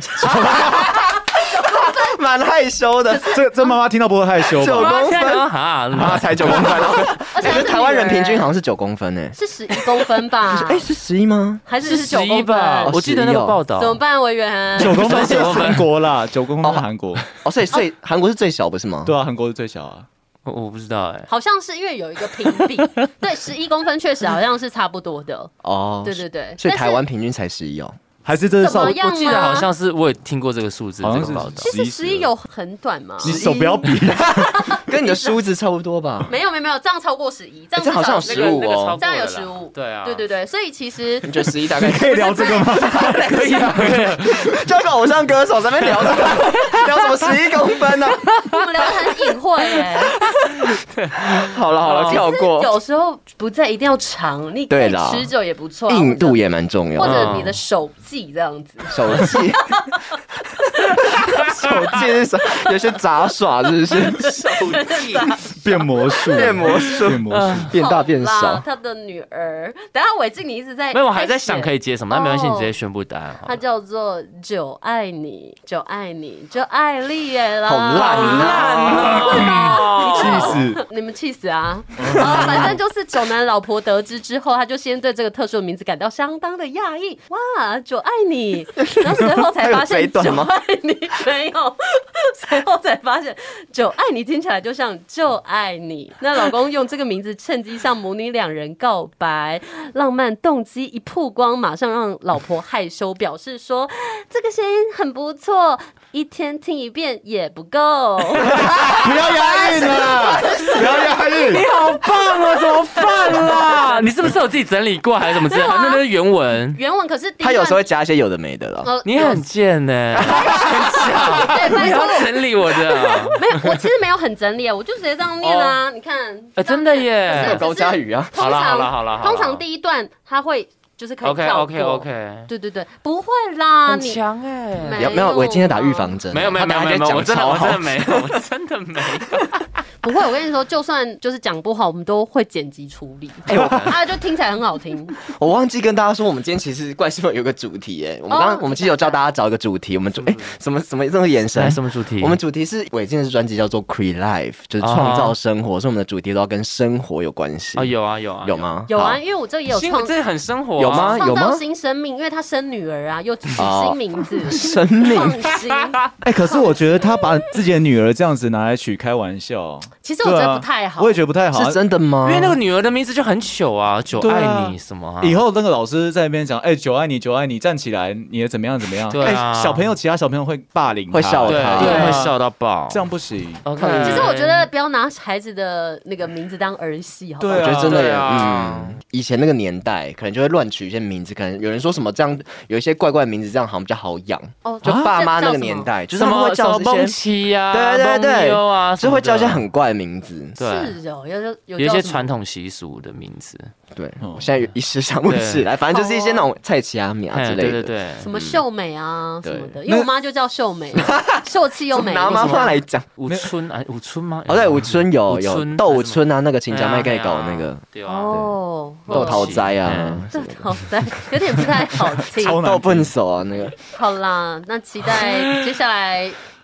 蛮害羞的。 这妈妈听到不会害羞吧 ？9公分啊， 才9公分。而且台湾人平均好像是9公分诶， 是11公分吧？ 是11吗？ 还是9公分吧？我记得那个报道。 怎么办，委员 ？9公分是韩国啦，9公分是韩国。 所以韩国是最小不是吗？ 对啊，韩国是最小啊。 我不知道好像是因为有一个评比，对，11公分确实好像是差不多的对， 所以台湾平均才11 还是这是我记得好像是我也听过这个数字， 好像是其实11有很短吗？ 你手不要比， 跟你的梳子差不多吧？ 没有，这样超过11，这样好像有15 这样有15， 对啊， 对，所以其实你觉得11大概可以聊这个吗？ 可以啊， 就跟偶像歌手在那边聊这个，聊什么11公分呢？ 我们聊得很隐晦耶。 好了，跳过。 有时候不在一定要长，你可以持久也不错， 硬度也蛮重要， 或者你的手技这样子。 手技是什么？有些杂耍是不是？ 手技变魔术，变大变小。 他的女儿，等下伟静你一直在， 没有，我还在想可以接什么，但没关系，你直接宣布答案。 他叫做9爱你，就爱丽耶啦， 好烂气死！ 你们气死啊！反正就是9男老婆得知之后，他就先对这个特殊的名字感到相当的讶异，哇，9爱你，然后随后才发现9爱你没有，随后才发现9爱你听起来就像就爱你。那老公用这个名字趁机向母女2人告白，浪漫动机一曝光，马上让老婆害羞，表示说这个声音很不错，一天听一遍也不够。 不要押韵了，不要押韵。 你好棒哦，怎么办啦？你是不是有自己整理过还是什么之类的？那是原文， 可是他有时候会加一些有的没的了。 你很贱呢，你要整理我的。 没有，我其实没有很整理，我就直接这样念啊。你看， 真的耶， 高嘉瑜啊。 好了， 通常第一段他会就是可以跳过。 OK， 对，不会啦， 很强哎。 没有，我今天打预防针。 没有，我真的没有。 不会，我跟你说，就算就是讲不好，我们都会剪辑处理。就听起来很好听。 我忘记跟大家说，我们今天其实怪新闻有个主题我们其实有叫大家找一个主题，我们什么这个眼神？ 什么主题？ 我们主题是伟健的专辑叫做 Create Life， 就是创造生活，所以我们的主题都要跟生活有关系。 有啊， 有吗？ 有啊，因为我这也有这很生活。 有吗？ 创造新生命，因为他生女儿啊，又取新名字， 生命创新。 可是我觉得他把自己的女儿这样子拿来取开玩笑， 其实我觉得不太好。 我也觉得不太好， 是真的吗？ 因为那个女儿的名字就很糗啊，9爱你什么？ 以后那个老师在那边讲，9爱你，站起来，你的怎么样？ 对啊， 其他小朋友会霸凌他， 会笑他， 对，会笑到爆， 这样不行。 OK， 其实我觉得不要拿孩子的那个名字当儿戏，好不好？ 对， 我觉得真的以前那个年代可能就会乱取一些名字，可能有人说什么这样有一些怪怪的名字，这样好像比较好养。就爸妈那个年代，就是他们会叫这些，对，就会叫一些很怪的名字。 是哦，有一些传统习俗的名字。 对，我现在一时想不起来，反正就是一些那种菜奇阿米啊之类的， 对， 什么秀美啊什么的，因为我妈就叫秀美，秀气又美。 拿妈妈来讲， 武村吗？ 对，武村有豆武村啊，那个请假麦可以搞那个，豆桃斋啊， 豆桃斋有点不太好听， 豆笨手啊那个。 好啦，那期待接下来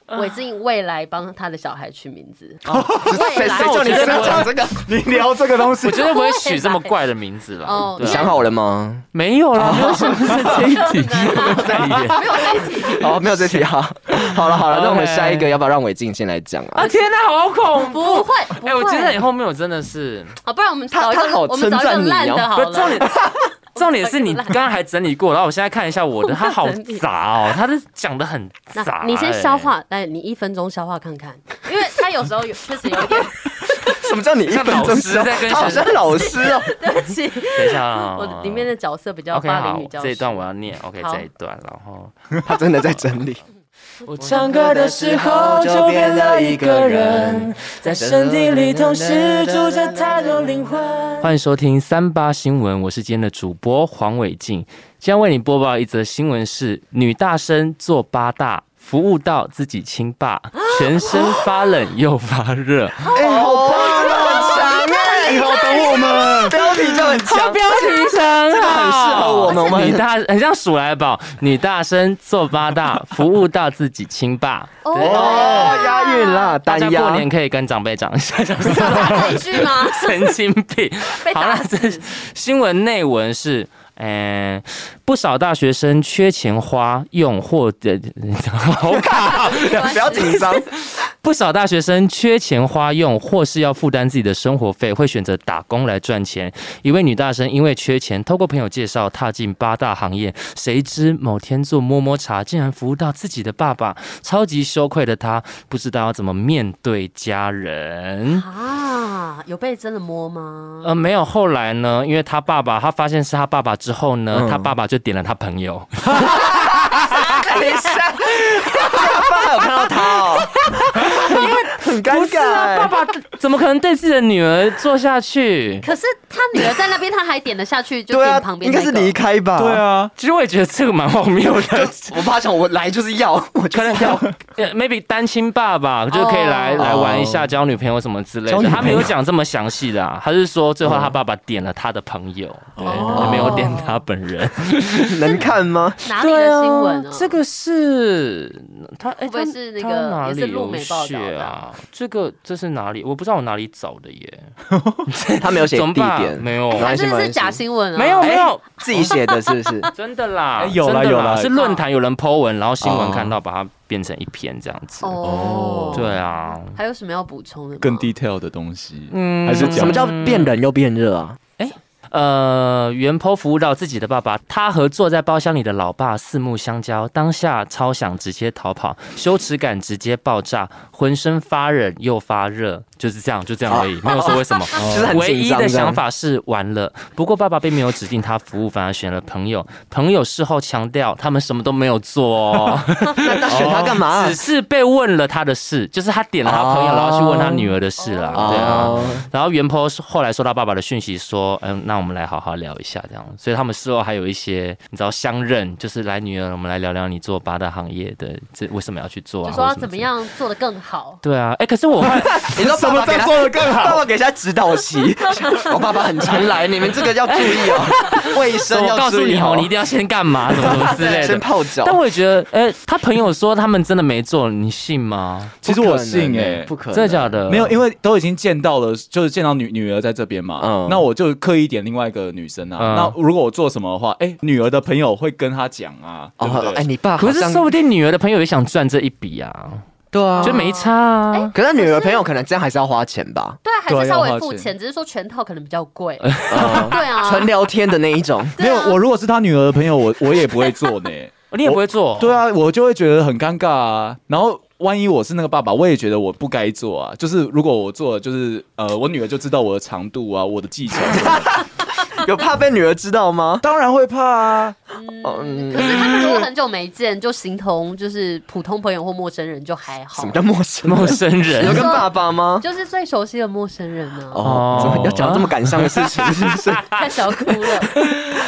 伟晋未来帮他的小孩取名字。 谁叫你跟他讲这个？ 你聊这个东西， 我绝对不会取这么怪的名字啦。 哦， 你想好了吗？ 没有啦，没有想是这一题， 没有这一题。 哦，没有这题。好了，那我们下一个要不要让伟晋先来讲啊？ 啊天哪，好恐怖！ 不会， 哎，我觉得你后面我真的是， 好，不然我们找一个， 他好我们找一个烂的好了。 不是重点是你刚刚还整理过，然后我现在看一下我的，他好杂哦，他是讲的很杂。 你先消化，来，你1分钟消化看看，因为他有时候确实有点。 什么叫你1分钟消化？他好像老师哦。 对不起， 等一下啊， 我里面的角色比较 80女教师。 这一段我要念 ，OK 这一段，然后他真的在整理。 我唱歌的时候就变了一个人，在身体里同时住着太多灵魂。欢迎收听38新闻，我是今天的主播黄伟晋。今天为你播报一则新闻是：女大生做八大，服务到自己亲爸，全身发冷又发热。 哎，好棒，很强哎！以后等我们标题就很强， 标题很好， 这个很适合我们。我们很像鼠来宝，女大生做八大，服务到自己亲爸。 哦，押韵啦！ 大家过年可以跟长辈讲一下， 这一句吗？ 神经病。好了，这新闻内文是。不少大学生缺钱花用或者好卡， 不要紧张。 不少大学生缺钱花用，或是要负担自己的生活费，会选择打工来赚钱。一位女大生因为缺钱，透过朋友介绍踏进八大行业，谁知某天做摸摸茶，竟然服务到自己的爸爸，超级羞愧的她，不知道要怎么面对家人啊？有被真的摸吗？ 没有。后来呢？因为他发现是他爸爸之后呢，他爸爸就点了他朋友。 等一下，爸爸有看到他哦，很尴尬。 爸爸怎么可能对自己的女儿做下去？ 可是他女儿在那边，他还点了下去，就点旁边、 应该是离开吧？ 对啊， 其实我也觉得这个蛮荒谬的。 我爸讲，我来就是要，我可能要 ，maybe 单亲爸爸就可以来玩一下，交女朋友什么之类的。他没有讲这么详细的啊，他是说最后他爸爸点了他的朋友，对，没有点他本人。 能看吗？ 哪里的新闻啊？ 这个是他， 会不会是那个也是路媒报道啊？这是哪里？我不知道我哪里找的耶。 他没有写地点， 没有， 还是假新闻啊？ 没有， 自己写的是不是？ 真的啦， 有啦， 是论坛有人 po 文，然后新闻看到把它变成一篇这样子。 哦， 对啊。 还有什么要补充的吗？ 更 detail 的东西， 还是什么叫变冷又变热啊？ 原 po 服务到自己的爸爸，他和坐在包厢里的老爸四目相交，当下超想直接逃跑，羞耻感直接爆炸，浑身发冷又发热，就是这样而已，没有说为什么。唯一的想法是完了，不过爸爸并没有指定他服务，反而选了朋友。朋友事后强调，他们什么都没有做哦。 那选他干嘛？ 只是被问了他的事，就是他点了他朋友，然后去问他女儿的事啦。对啊。然后原 po 后来收到爸爸的讯息说，那我们来好好聊一下，这样，所以他们事后还有一些你知道相认，就是来女儿，我们来聊聊你做八大行业的，这为什么要去做啊？ 就说要怎么样做得更好。 对啊，可是我你说爸爸给他做得更好，爸爸给他指导期。我爸爸很常来，你们这个要注意哦，卫生要注意。我告诉你哦，你一定要先干嘛，什么之类的， 先泡脚。 但我也觉得，他朋友说他们真的没做，你信吗？ 其实我信不可能， 真的假的？ 没有，因为都已经见到了，就是见到女儿在这边嘛，那我就刻意点另外一个女生啊。那如果我做什么的话，女儿的朋友会跟她讲啊，对不对？ 你爸可是说不定女儿的朋友也想赚这一笔啊。 对啊， 就没差啊。 可是女儿朋友可能这样还是要花钱吧？ 对，还是稍微付钱，只是说全套可能比较贵。对啊， 纯聊天的那一种。 没有，我如果是他女儿的朋友，我也不会做呢。 你也不会做？ 对啊，我就会觉得很尴尬啊。然后万一我是那个爸爸，我也觉得我不该做啊。就是如果我做，就是我女儿就知道我的长度啊，我的技巧。 有怕被女儿知道吗？ 当然会怕啊。 可是他们如果很久没见，就形同就是普通朋友或陌生人就还好。 什么叫陌生人？有跟爸爸吗？ 就是最熟悉的陌生人呢。 怎么要讲这么感伤的事情？是不是？ 太小哭了。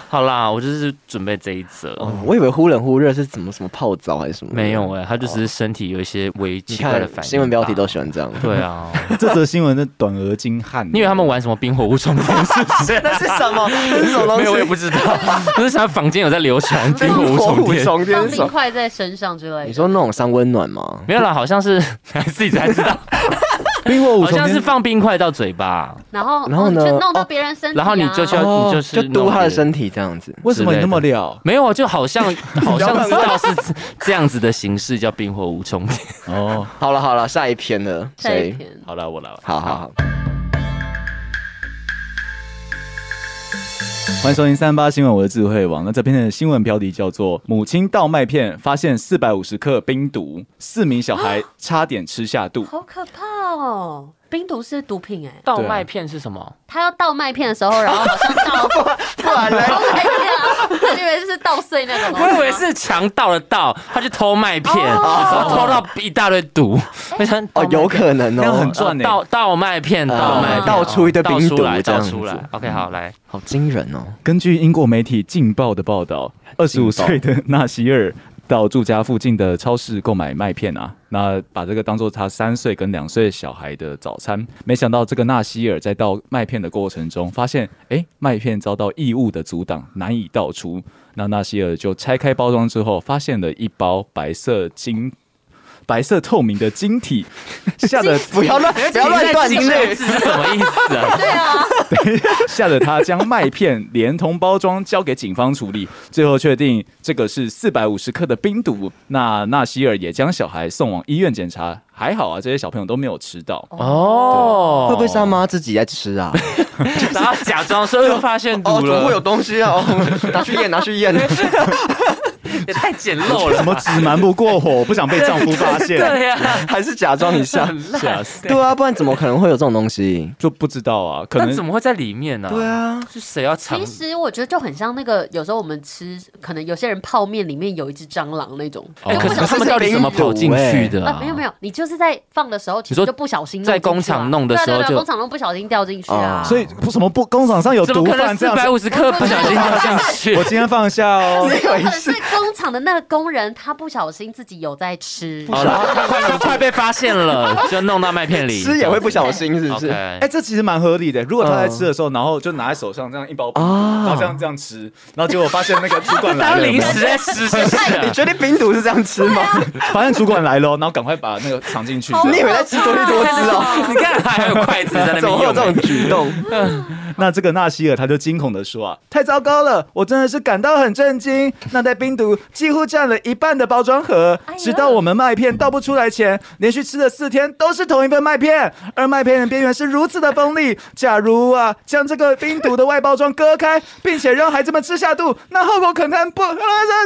好啦，我就是准备这一则。 我以为忽冷忽热是什么泡澡还是什么？ 没有他就只是身体有一些微奇怪的反应。 新闻标题都喜欢这样。 对啊， 这则新闻的短额精悍。 你以为他们玩什么冰火五重天是不是？ 那是什么？那是什么东西？ 没有，我也不知道。就是想坊间有在流传冰火五重天， 放冰块在身上之类的。 你说那种三温暖吗？ 没有啦，好像是自己才知道。 冰火五重天好像是放冰块到嘴巴， 然后呢，就弄到别人身体， 然后你就嘟他的身体这样子。 为什么你那么了？ 没有，就好像知道是这样子的形式，叫冰火五重天。 哦，好了，下一篇了。 下一篇， 好了，我来了。 好。 欢迎收听3八新闻，我的智慧网。那这篇的新闻标题叫做“母亲倒麦片发现450克冰毒，4名小孩差点吃下肚”， 好可怕哦！冰毒是毒品倒麦片是什么？ 他要倒麦片的时候，然后好像倒不然呢？ 我以为是倒碎那种。 我以为是强盗的盗，他去偷麦片，然后偷到一大堆毒。 有可能那很赚倒麦片， 倒出一堆冰毒， 倒出来。OK， 好，来， 好惊人哦！ 根据英国媒体《劲报》的报道，25岁的纳西尔到住家附近的超市购买麦片啊，那把这个当作他3岁跟2岁小孩的早餐。没想到这个纳西尔在倒麦片的过程中，发现麦片遭到异物的阻挡，难以倒出。那纳西尔就拆开包装之后，发现了一包白色透明的晶体，吓得不要乱断句， 是什么意思啊？ 对啊， 吓得他将麦片连同包装交给警方处理，最后确定这个是450克的冰毒。那纳西尔也将小孩送往医院检查，还好啊，这些小朋友都没有吃到。 会不会是他妈自己在吃啊？ 然后假装说又发现毒了， 怎么会有东西啊？拿去验。 也太简陋了， 什么只瞒不过火，不想被丈夫发现。 对呀， 还是假装一下， 吓死。 对啊，不然怎么可能会有这种东西？ 就不知道啊，可能怎么会在里面呢？ 对啊， 是谁要藏？ 其实我觉得就很像那个，有时候我们吃，可能有些人泡面里面有一只蟑螂那种。 可是他们到底怎么跑进去的啊？ 没有，你就是在放的时候，其实就不小心在工厂弄的时候， 工厂弄不小心掉进去啊。 所以什么工厂上有毒贩这样 ？450克不小心掉进去。 我今天放下哦。 有可能是工厂的那个工人，他不小心自己有在吃， 快被发现了，就弄到麦片里。 吃也会不小心，是不是？ 这其实蛮合理的。如果他在吃的时候，然后就拿在手上这样一包，然后这样吃，然后结果发现那个主管来了， 当零食在吃。 你确定冰毒是这样吃吗？ 反正主管来了，然后赶快把那个藏进去。 你以为在吃多利多汁哦？ 你看还有筷子在那边用， 怎么会有这种举动？ 那这个纳西尔他就惊恐的说啊，太糟糕了，我真的是感到很震惊。那袋冰毒几乎占了一半的包装盒，直到我们麦片倒不出来前，连续吃了4天都是同一份麦片，而麦片的边缘是如此的锋利。假如将这个冰毒的外包装割开，并且让孩子们吃下肚，那后果可能不我可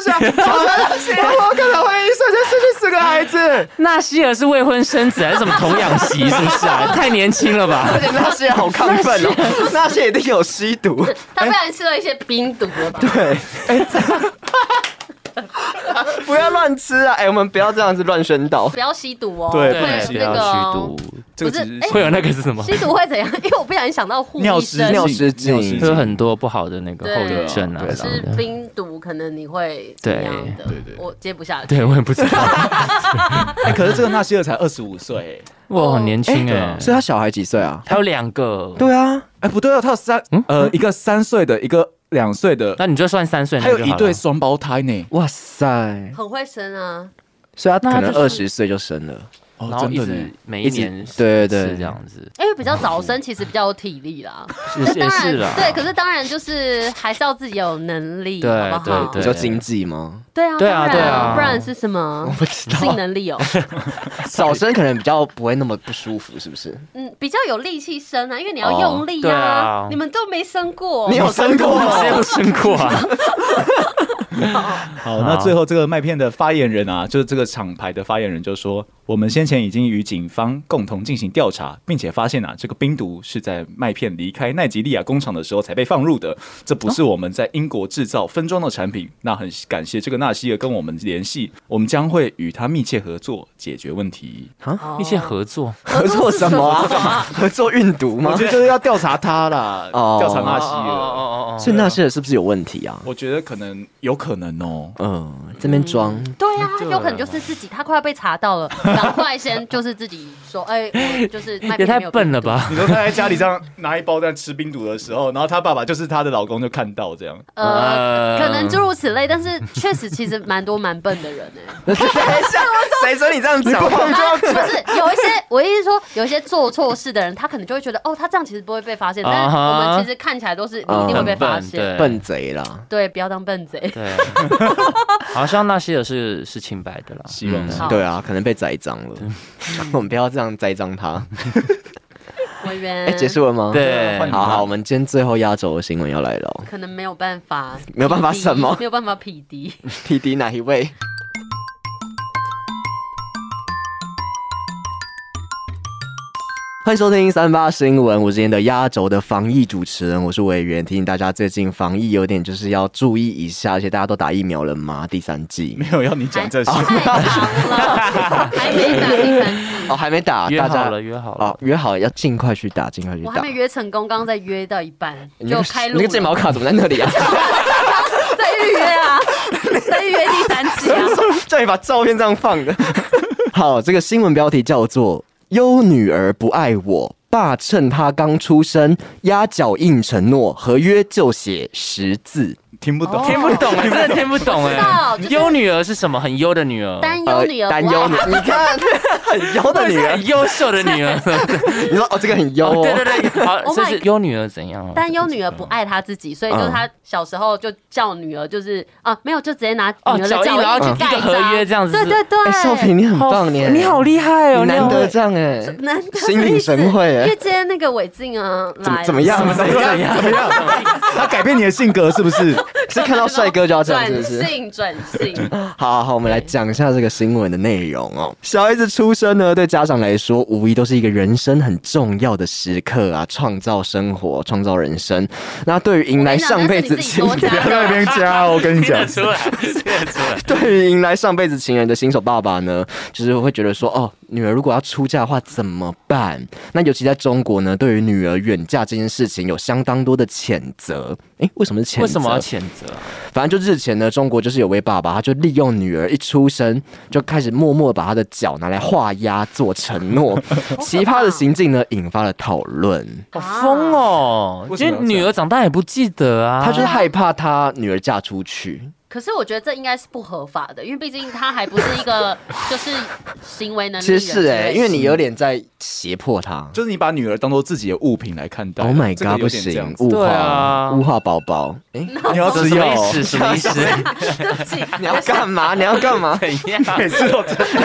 能会一瞬间失去4个孩子。 纳西尔是未婚生子还是什么童养媳？是不是啊？太年轻了吧？ 而且纳西尔好亢奋哦，纳西尔一定有吸毒， 他不小心吃了一些冰毒了吧？ 对，不要乱吃啊！我们不要这样子乱宣导， 不要吸毒哦。 对， 会不要吸毒。 这个会有那个是什么？ 吸毒会怎样？因为我不小心想到护尿失禁， 会有很多不好的那个后遗症啊。 吃冰毒可能你会怎样的？我接不下去。 对，我也不知道。 可是这个纳西尔才25岁， 哇，很年轻哎。 所以他小孩几岁啊？ 他有2个。 对啊， 不对啊，他有一个3岁的，一个2岁的， 那你就算3岁， 还有一对双胞胎呢。 哇塞， 很会生啊！ 所以他可能20岁就生了。 然后一直每一年对这样子， 因为比较早生，其实比较有体力啦。 也是啦， 对，可是当然就是还是要自己有能力，好不好？ 你说经济吗？ 对啊，不然是什么？ 我不知道， 性能力哦。 早生可能比较不会那么不舒服，是不是？ 比较有力气生啊，因为你要用力啊。你们都没生过， 你有生过吗？ 谁有生过啊？ 好，那最后这个麦片的发言人啊，就是这个厂牌的发言人就说，我们先前已经与警方共同进行调查，并且发现这个冰毒是在麦片离开奈及利亚工厂的时候才被放入的，这不是我们在英国制造分装的产品。那很感谢这个纳西尔跟我们联系，我们将会与他密切合作解决问题。 密切合作什么啊？合作运毒吗？ 我觉得就是要调查他啦，调查纳西尔。 所以那些人是不是有问题啊？ 我觉得有可能哦。 这边装。 对啊，有可能就是自己，他快要被查到了，赶快先就是自己说，我就是麦片也太没有笨了吧？ 你说他在家里这样拿一包在吃冰毒的时候，然后他爸爸就是他的老公就看到这样。 可能诸如此类，但是确实其实蛮多蛮笨的人谁说你这样讲话？ 不是有一些，我意思是说，有一些做错事的人，他可能就会觉得，他这样其实不会被发现，但是我们其实看起来都是你一定会被发现， 笨贼啦。 对，不要当笨贼。 对，好像那些是清白的啦， 希望对啊，可能被栽赃了。我们不要这样栽赃他。 委员， 结束了吗？ 对， 好，我们今天最后压轴的新闻要来了。 可能没有办法， 没有办法什么？ 没有办法匹敌。 匹敌哪一位？欢迎收听38新闻，我是今天的压轴的防疫主持人，我是委员。提醒大家，最近防疫有点就是要注意一下，而且大家都打疫苗了吗？第3剂没有要你讲这些， 太长了，还没打第3剂。 还没打， 约好了， 约好了，要尽快去打，尽快去打。 我还没约成功，刚刚在约到一半就开录了。 那个健保卡怎么在那里啊？ 在预约啊，在预约第3期啊。 叫你把照片这样放的。好，这个新闻标题叫做“优女儿不爱我，爸趁她刚出生压脚印承诺，合约就写10字”。 听不懂， 真的听不懂优女儿是什么？很优的女儿， 担忧女儿， 担忧女儿，你看，很优的女儿， 很优秀的女儿。 你说这个很优哦， 对，好，这是优女儿怎样？ 担忧女儿不爱她自己，所以就是她小时候就叫女儿，就是没有，就直接拿女儿的脚印， 然后去盖合约这样子。 对， 少平你很棒， 你好厉害哦， 难得这样难得心领神会因为今天那个韦静啊， 怎么样？ 他改变你的性格是不是？ 是看到帅哥就要这样，是不是？ 转性。 好，我们来讲一下这个新闻的内容哦。小孩子出生呢，对家长来说，无疑都是一个人生很重要的时刻啊，创造生活，创造人生。那对于迎来上辈子情人， 不要在那边加，我跟你讲， 出来。 对于迎来上辈子情人的新手爸爸呢，就是会觉得说，女儿如果要出嫁的话怎么办？那尤其在中国呢，对于女儿远嫁这件事情有相当多的谴责。为什么是谴责？ 为什么要谴责？ 反正就日前呢，中国就是有位爸爸，他就利用女儿一出生就开始默默把她的脚拿来画押做承诺，奇葩的行径呢引发了讨论。 好疯哦！因为女儿长大也不记得啊， 他就是害怕他女儿嫁出去。 可是我觉得这应该是不合法的，因为毕竟他还不是一个就是行为能力。 其实是因为你有点在胁迫他， 就是你把女儿当做自己的物品来看待。 Oh my god， 不行，物化宝宝。 你要吃药？ 什么意思？ 对不起， 你要干嘛？你要干嘛？ 怎样？ 每次都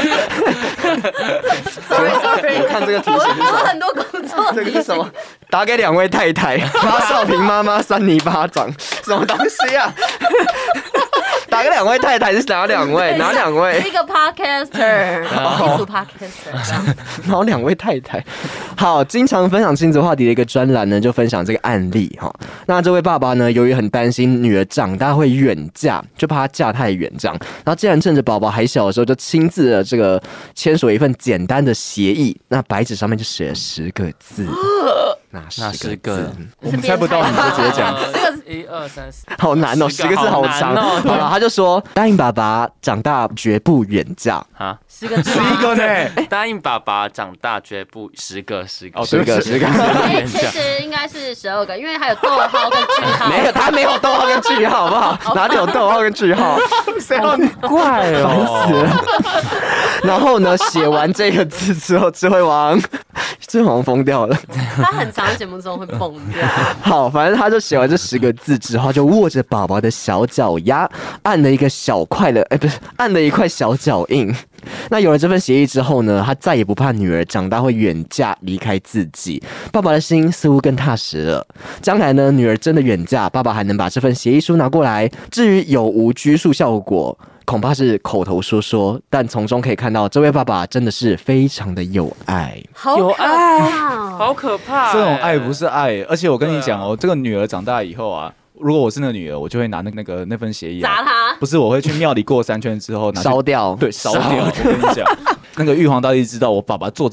Sorry， 我看这个题型是什么？ 我很多工作。 这个是什么？打给2位太太，把少平妈妈扇你巴掌，什么东西啊？打给2位太太是哪2位？哪2位？ 一个 podcaster， 一组 podcaster， 然后2位太太。好，经常分享亲子话题的一个专栏呢，就分享这个案例哈。那这位爸爸呢，由于很担心女儿长大会远嫁，就怕她嫁太远这样，然后竟然趁着宝宝还小的时候，就亲自的这个签署一份简单的协议，那白纸上面就写了10个字。那10个字， 我们猜不到，你就直接讲。 这个 1、2、3、4， 好难哦，10个字好长。好了，他就说答应爸爸长大绝不远嫁啊 ，10个字 ，11个呢？ 答应爸爸长大绝不10个。 10个。 其实应该是12个，因为还有逗号跟句号。 没有，他没有逗号跟句号，好不好？哪里有逗号跟句号？ 好怪哦， 烦死了。然后呢，写完这个字之后，智慧王疯掉了。 他很常在节目中会崩掉。 好，反正他就写完这10个字之后，就握着宝宝的小脚丫，按了一个按了一块小脚印。那有了这份协议之后呢，他再也不怕女儿长大会远嫁离开自己，爸爸的心似乎更踏实了。将来呢，女儿真的远嫁，爸爸还能把这份协议书拿过来。至于有无拘束效果，恐怕是口头说，但从中可以看到，这位爸爸真的是非常的有爱， 有爱， 好可怕。 这种爱不是爱，而且我跟你讲哦，这个女儿长大以后啊，如果我是那个女儿，我就会拿那份协议砸她。 不是，我会去庙里过3圈之后烧掉。 对，烧掉。我跟你讲，那个玉皇大帝知道我爸爸做这种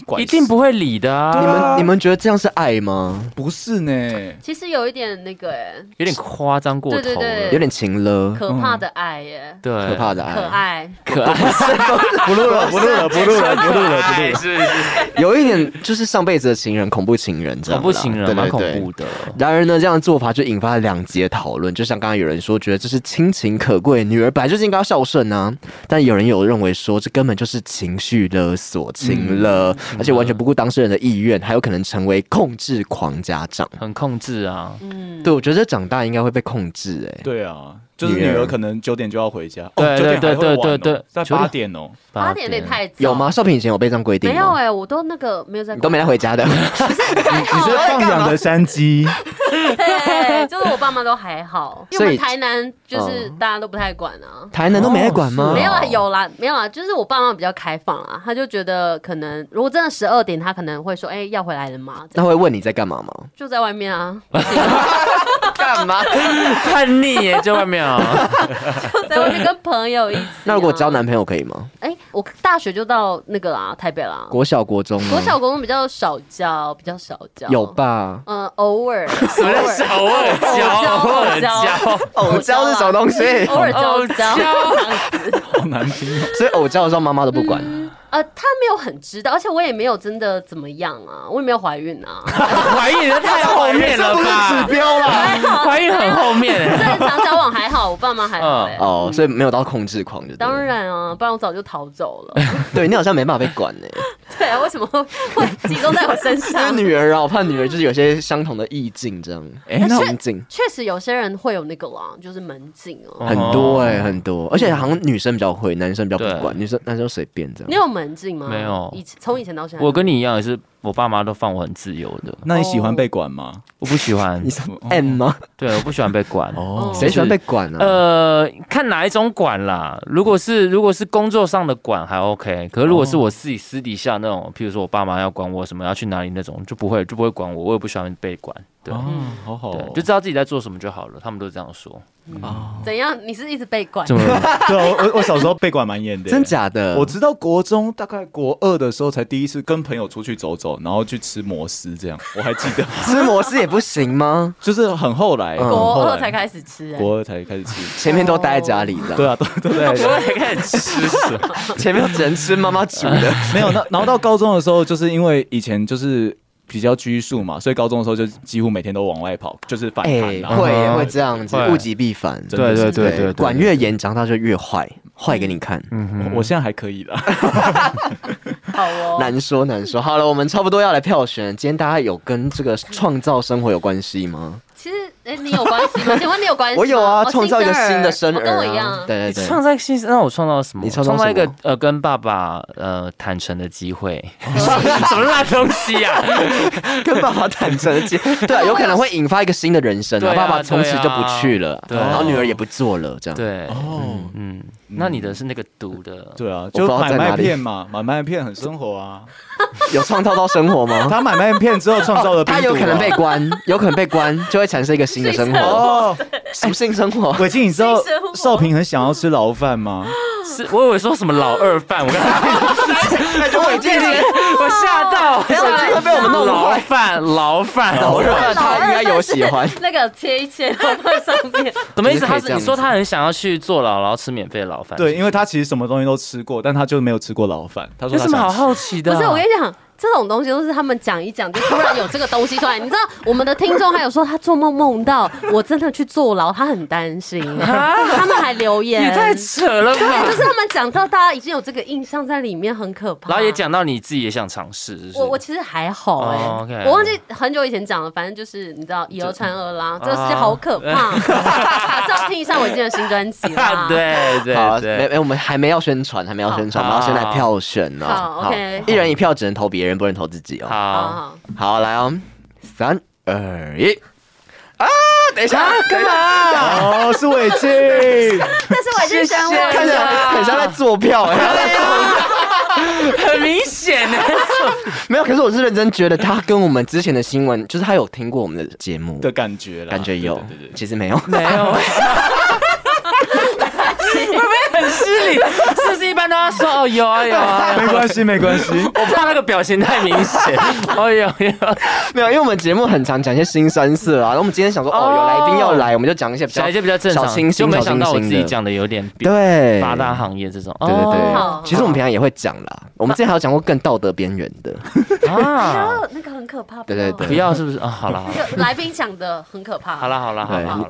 管， 一定不会理的啊。 你们觉得这样是爱吗？ 不是呢， 其实有一点那个有点夸张过头了， 对有点情了， 可怕的爱耶， 对， 可怕的爱， 可爱， 不录了， 是有一点就是上辈子的情人，恐怖情人这样， 恐怖情人，蛮恐怖的。 然而呢，这样的做法就引发了2集的讨论。就像刚刚有人说，觉得这是亲情可贵，女儿本来就是应该要孝顺啊。但有人有认为说，这根本就是情绪勒索、情勒，而且完全不顾当事人的意愿，还有可能成为控制狂家长， 很控制啊。 对，我觉得这长大应该会被控制对啊。就是女儿可能9点就要回家， 对， 在8点哦 ，8点有点太早。 有吗？少平以前有被这样规定吗？ 没有我都那个没有在， 你都没来回家的。 你是放养的山鸡？ 对，就是我爸妈都还好，因为我们台南就是大家都不太管啊。 台南都没在管吗？ 没有啦，有啦，没有啦，就是我爸妈比较开放啦，他就觉得可能如果真的12点，他可能会说，要回来了吗？ 那会问你在干嘛吗？ 就在外面啊。 干嘛？ 叛逆耶，在外面啊， 就在外面跟朋友一起。 那如果交男朋友可以吗？ 我大学就到那个啦，台北啦。 国小国中比较少交， 有吧？ 偶尔。 什么是偶尔交？ 偶交是什么东西？ 偶尔交这样子， 好难听哦。 所以偶交的时候妈妈都不管。 他没有很知道，而且我也没有真的怎么样啊，我也没有怀孕啊。 怀孕太后面了吧？ 指标啦， 怀孕很后面。 正常交往还好，我爸妈还好所以没有到控制狂就。 当然啊，不然我早就逃走了。 对你好像没办法被管呢。 对啊，为什么会集中在我身上？ 因为女儿啊，我怕女儿就是有些相同的意境这样。门禁确实有些人会有那个啦，就是门禁哦。 很多很多，而且好像女生比较会，男生比较不管，男生随便这样。 你有门禁吗？ 没有， 从以前到现在。 我跟你一样，也是我爸妈都放我很自由的。 那你喜欢被管吗？ 我不喜欢。 你是 M 吗？ 对，我不喜欢被管。 谁喜欢被管啊？ 看哪一种管啦。如果是工作上的管还 OK， 可是如果是我自己私底下那种，譬如说我爸妈要管我什么要去哪里那种，就不会管我，我也不喜欢被管。对， 好好， 就知道自己在做什么就好了。他们都这样说。 怎样？你是一直被管？ 对啊，我小时候被管蛮严的。 真假的？ 我直到国中大概国2的时候，才第一次跟朋友出去走走，然后去吃摩斯，这样我还记得。 吃摩斯也不行吗？ 就是很后来， 国2才开始吃， 国2才开始吃， 前面都待在家里的。 对啊，都在家里。 国2才开始吃什么？ 前面只能吃妈妈煮的。 没有，然后到高中的时候，就是因为以前就是比较拘束嘛，所以高中的时候就几乎每天都往外跑，就是反叛。 会这样子，物极必反。 对， 管越严，长大就越坏给你看。 我现在还可以啦。 好哦， 难说。好了，我们差不多要来票选。今天大家有跟这个创造生活有关系吗？ 其实，你有关系吗？请问你有关系吗？ 我有啊，创造一个新的生儿， 跟我一样。 对， 创造新，那我创造了什么？ 你创造一个跟爸爸坦诚的机会。什么烂东西啊？ 跟爸爸坦诚的机会，对啊，有可能会引发一个新的人生啊。爸爸从此就不去了，然后女儿也不做了，这样。 对，那你的是那个毒的？ 对啊，就买麦片嘛，买麦片很生活啊。 有创造到生活吗？ 他买麦片之后创造了病毒， 他有可能被关，就会产生一个新的生活。哦，什么性生活？ 伟清，你知道少平很想要吃牢饭吗？ 是，我以为说什么老二饭，我刚才伟清， 我吓到， 伟清被我们弄牢饭， 老二饭他应该有喜欢。 那个切一切放在上面， 什么意思？你说他很想要去坐牢，然后吃免费的牢饭？ 对，因为他其实什么东西都吃过，但他就没有吃过牢饭。他说有什么好好奇的？ 不是，我跟你讲。这种东西都是他们讲一讲，就突然有这个东西出来。你知道我们的听众还有说他做梦梦到我真的去坐牢，他很担心，他们还留言， 也太扯了吧？ 对，就是他们讲到大家已经有这个印象在里面，很可怕。 然后也讲到你自己也想尝试， 我其实还好我忘记很久以前讲了，反正就是你知道以讹传讹啦，这个事情好可怕，还是要听一下伟晋的新专辑啦。 对， 好，我们还没要宣传，我们要先来票选哦。 好 ，OK， 一人一票，只能投别人，不能投自己哦。好，来哦，3、2、1。啊！等一下，干嘛？ 哦，是伟晋， 但是伟晋选我， 看起来很像在做票很明显呢。 没有，可是我是认真觉得他跟我们之前的新闻，就是他有听过我们的节目的感觉啦， 感觉有， 对， 其实没有， 会不会很失礼？是不是一般般都要说有啊有啊， 没关系没关系， 我怕那个表情太明显。哦有， 没有，因为我们节目很常讲一些辛酸色啊，然后我们今天想说有来宾要来，我们就讲一些比较正常， 小清新， 就没想到我自己讲的有点对八大行业这种。 对，其实我们平常也会讲啦，我们之前还有讲过更道德边缘的啊，那个很可怕。 对， 不要是不是啊？好了， 来宾讲的很可怕。 好了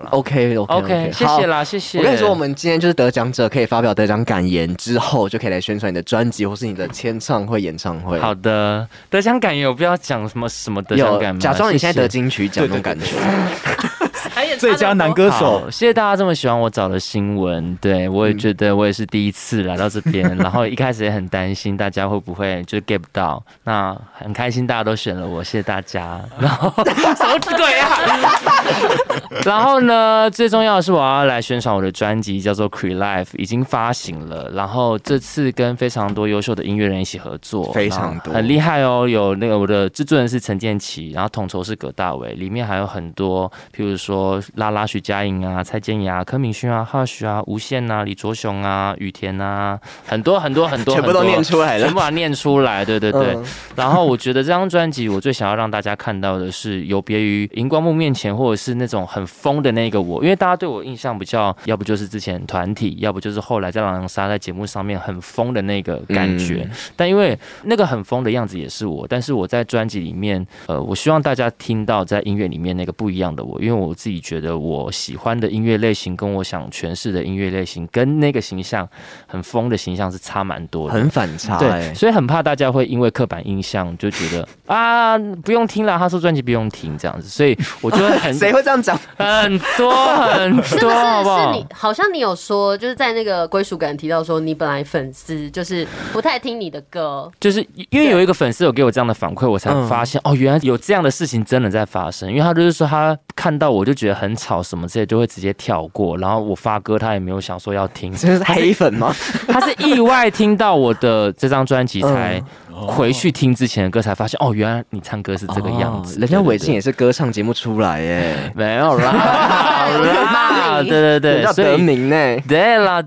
，OK， 谢谢啦，谢谢。 我跟你说，我们今天就是得奖者可以发表得奖感言之后，就可以来宣传你的专辑或是你的签唱会、演唱会。 好的，得奖感言我不要讲什么得奖感吗？ 假装你现在得金曲奖那种感觉。 最佳男歌手， 谢谢大家这么喜欢我找的新闻。对我也觉得我也是第一次来到这边，然后一开始也很担心大家会不会就 get 不到，那很开心大家都选了我，谢谢大家。然后什么鬼啊？然后呢，最重要的是我要来宣传我的专辑，叫做《Cree Life》，已经发行了。然后这次跟非常多优秀的音乐人一起合作， 非常多， 很厉害哦。有那个我的制作人是陈建骐，然后统筹是葛大为，里面还有很多，譬如说拉许佳莹啊、蔡健雅、柯敏勋啊、Hush 啊、无限啊、李卓雄啊、雨田啊，很多， 全部都念出来了， 全部把它念出来。对。然后我觉得这张专辑，我最想要让大家看到的是，有别于荧光幕面前或者是那种很疯的那个我，因为大家对我印象比较，要不就是之前团体，要不就是后来在狼人杀在节目上面很疯的那个感觉。但因为那个很疯的样子也是我，但是我在专辑里面，我希望大家听到在音乐里面那个不一样的我，因为我自己觉得我喜欢的音乐类型跟我想诠释的音乐类型跟那个形象很疯的形象是差蛮多的， 很反差。 对，所以很怕大家会因为刻板印象就觉得啊不用听了，他说专辑不用听这样子，所以我觉得很谁会这样讲？ 很多，好不好？ 是你好像你有说，就是在那个归属感提到说，你本来粉丝就是不太听你的歌， 就是因为有一个粉丝有给我这样的反馈，我才发现原来有这样的事情真的在发生。因为他就是说他看到我就觉得很吵什么之类，就会直接跳过，然后我发歌他也没有想说要听。 这是黑粉吗？ 他是意外听到我的这张专辑才回去听之前的歌，才发现原来你唱歌是这个样子。 人家伟晋也是歌唱节目出来耶， 没有啦，好啦，对， 要得名呢。 对啦。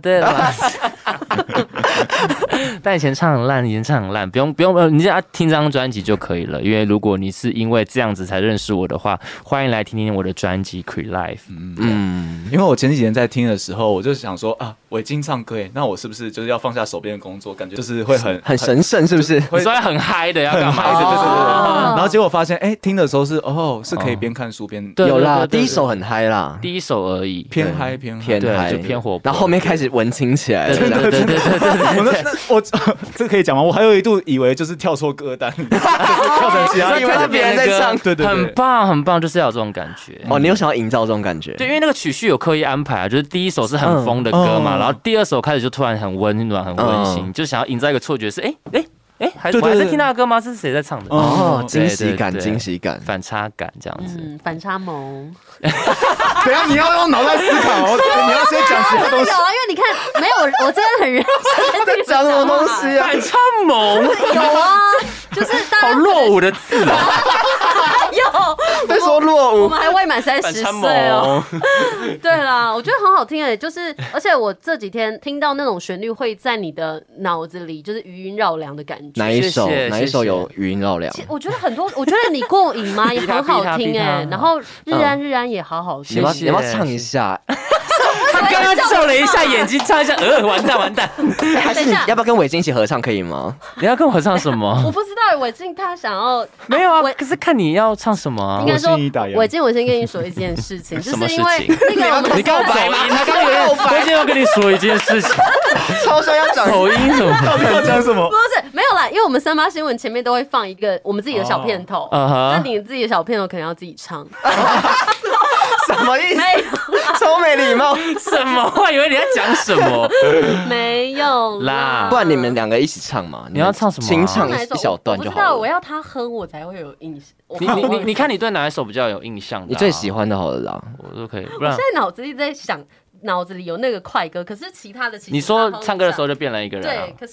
但以前唱很烂，不用，你只要听这张专辑就可以了。因为如果你是因为这样子才认识我的话，欢迎来听听我的专辑《Cree Life》。 因为我前几天在听的时候，我就想说伟晋唱歌耶，那我是不是就是要放下手边的工作？感觉就是会很神圣，是不是？ 会说很嗨的要干嘛？ 然后结果发现，听的时候是可以边看书边有啦，第一首很嗨啦， 第一首而已， 偏嗨， 就偏活泼， 然后后面开始文青起来了。 对，我这可以讲吗？我还有一度以为就是跳错歌单，就是跳成其他， 以为是别人在唱， 对， 很棒，就是要有这种感觉。 你有想要营造这种感觉？ 对，因为那个曲序有刻意安排就是第一首是很疯的歌嘛，然后第二首开始就突然很温暖、很温馨，就想要营造一个错觉是我还在听那个歌吗？这是谁在唱的？ 惊喜感， 反差感这样子， 反差萌。 等一下你要用脑袋思考，你要先讲其他东西。 有啊，因为你看，没有，我真的很认真在讲什么东西啊？ 反差萌有啊，就是好落伍的字啊。 有， 在说落伍， 我们还未满30岁哦。对啦，我觉得很好听就是，而且我这几天听到那种旋律会在你的脑子里就是余音绕梁的感觉。 哪一首有余音绕梁？ 我觉得很多，我觉得你过瘾吗也很好听然后日安也好好听。 你要不要唱一下？ 他刚刚皱了一下眼睛，唱一下，完蛋。 还是你要不要跟伟晋一起合唱可以吗？ 你要跟我合唱什么？ 我不知道，伟晋他想要没有啊？可是看你要唱什么啊？ 应该说，伟晋，我先跟你说一件事情，就是因为那个你告白吗？他刚有伟晋要跟你说一件事情， 超想要讲口音什么？ 到底要讲什么？ 不是没有啦，因为我们38新闻前面都会放一个我们自己的小片头，那你自己的小片头可能要自己唱。 什么意思？超没礼貌！ 什么？我以为你在讲什么？ 没有啦， 不然你们两个一起唱嘛？ 你要唱什么？ 清唱一小段就好了。 我不知道，我要他哼，我才会有印象。 你看你对哪一首比较有印象的？ 你最喜欢的好了啦， 我都可以。 我现在脑子里在想，脑子里有那个快歌，可是其他的你说唱歌的时候就变了一个人。 对，可是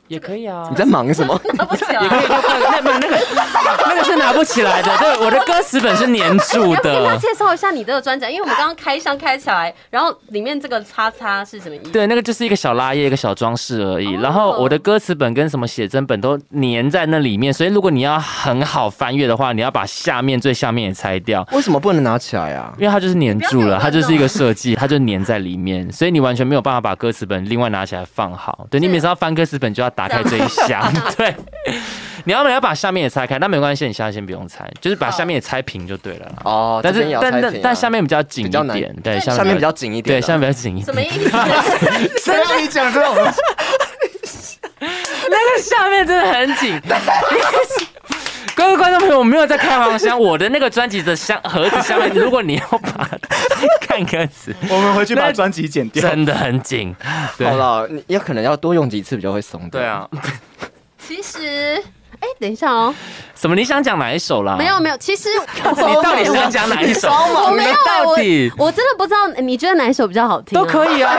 也可以啊。 你在忙什么？ 拿不起来。 也可以，那个是拿不起来的。对，我的歌词本是粘住跟他的。 介绍一下你这个专辑，因为我们刚刚开箱开起来，然后里面这个叉叉是什么意思？ 对，那个就是一个小拉页，一个小装饰而已。然后我的歌词本跟什么写真本都粘在那里面，所以如果你要很好翻阅的话，你要把最下面也拆掉。 为什么不能拿起来啊？ 因为它就是粘住了，它就是一个设计，它就粘在里面，所以你完全没有办法把歌词本另外拿起来放好。对，你每次要翻歌词本就要打开这一箱，对，你要把下面也拆开，但没关系，你现在先不用拆，就是把下面也拆平就对了啦。 哦， 但是但下面比较紧一点，对， 下面比较紧一点， 对，下面比较紧一点。 什么意思？ 谁让你讲这种？ 那个下面真的很紧。各位观众朋友，我没有在开黄腔，我的那个专辑的盒子下面，如果你要把看歌词， 我们回去把专辑剪掉， 真的很紧。 好了，你也可能要多用几次比较会松掉。 对啊， 其实，等一下哦， 什么？你想讲哪一首啦？ 没有，其实你到底是想讲哪一首？ 我没有， 到底我真的不知道，你觉得哪一首比较好听？ 都可以啊。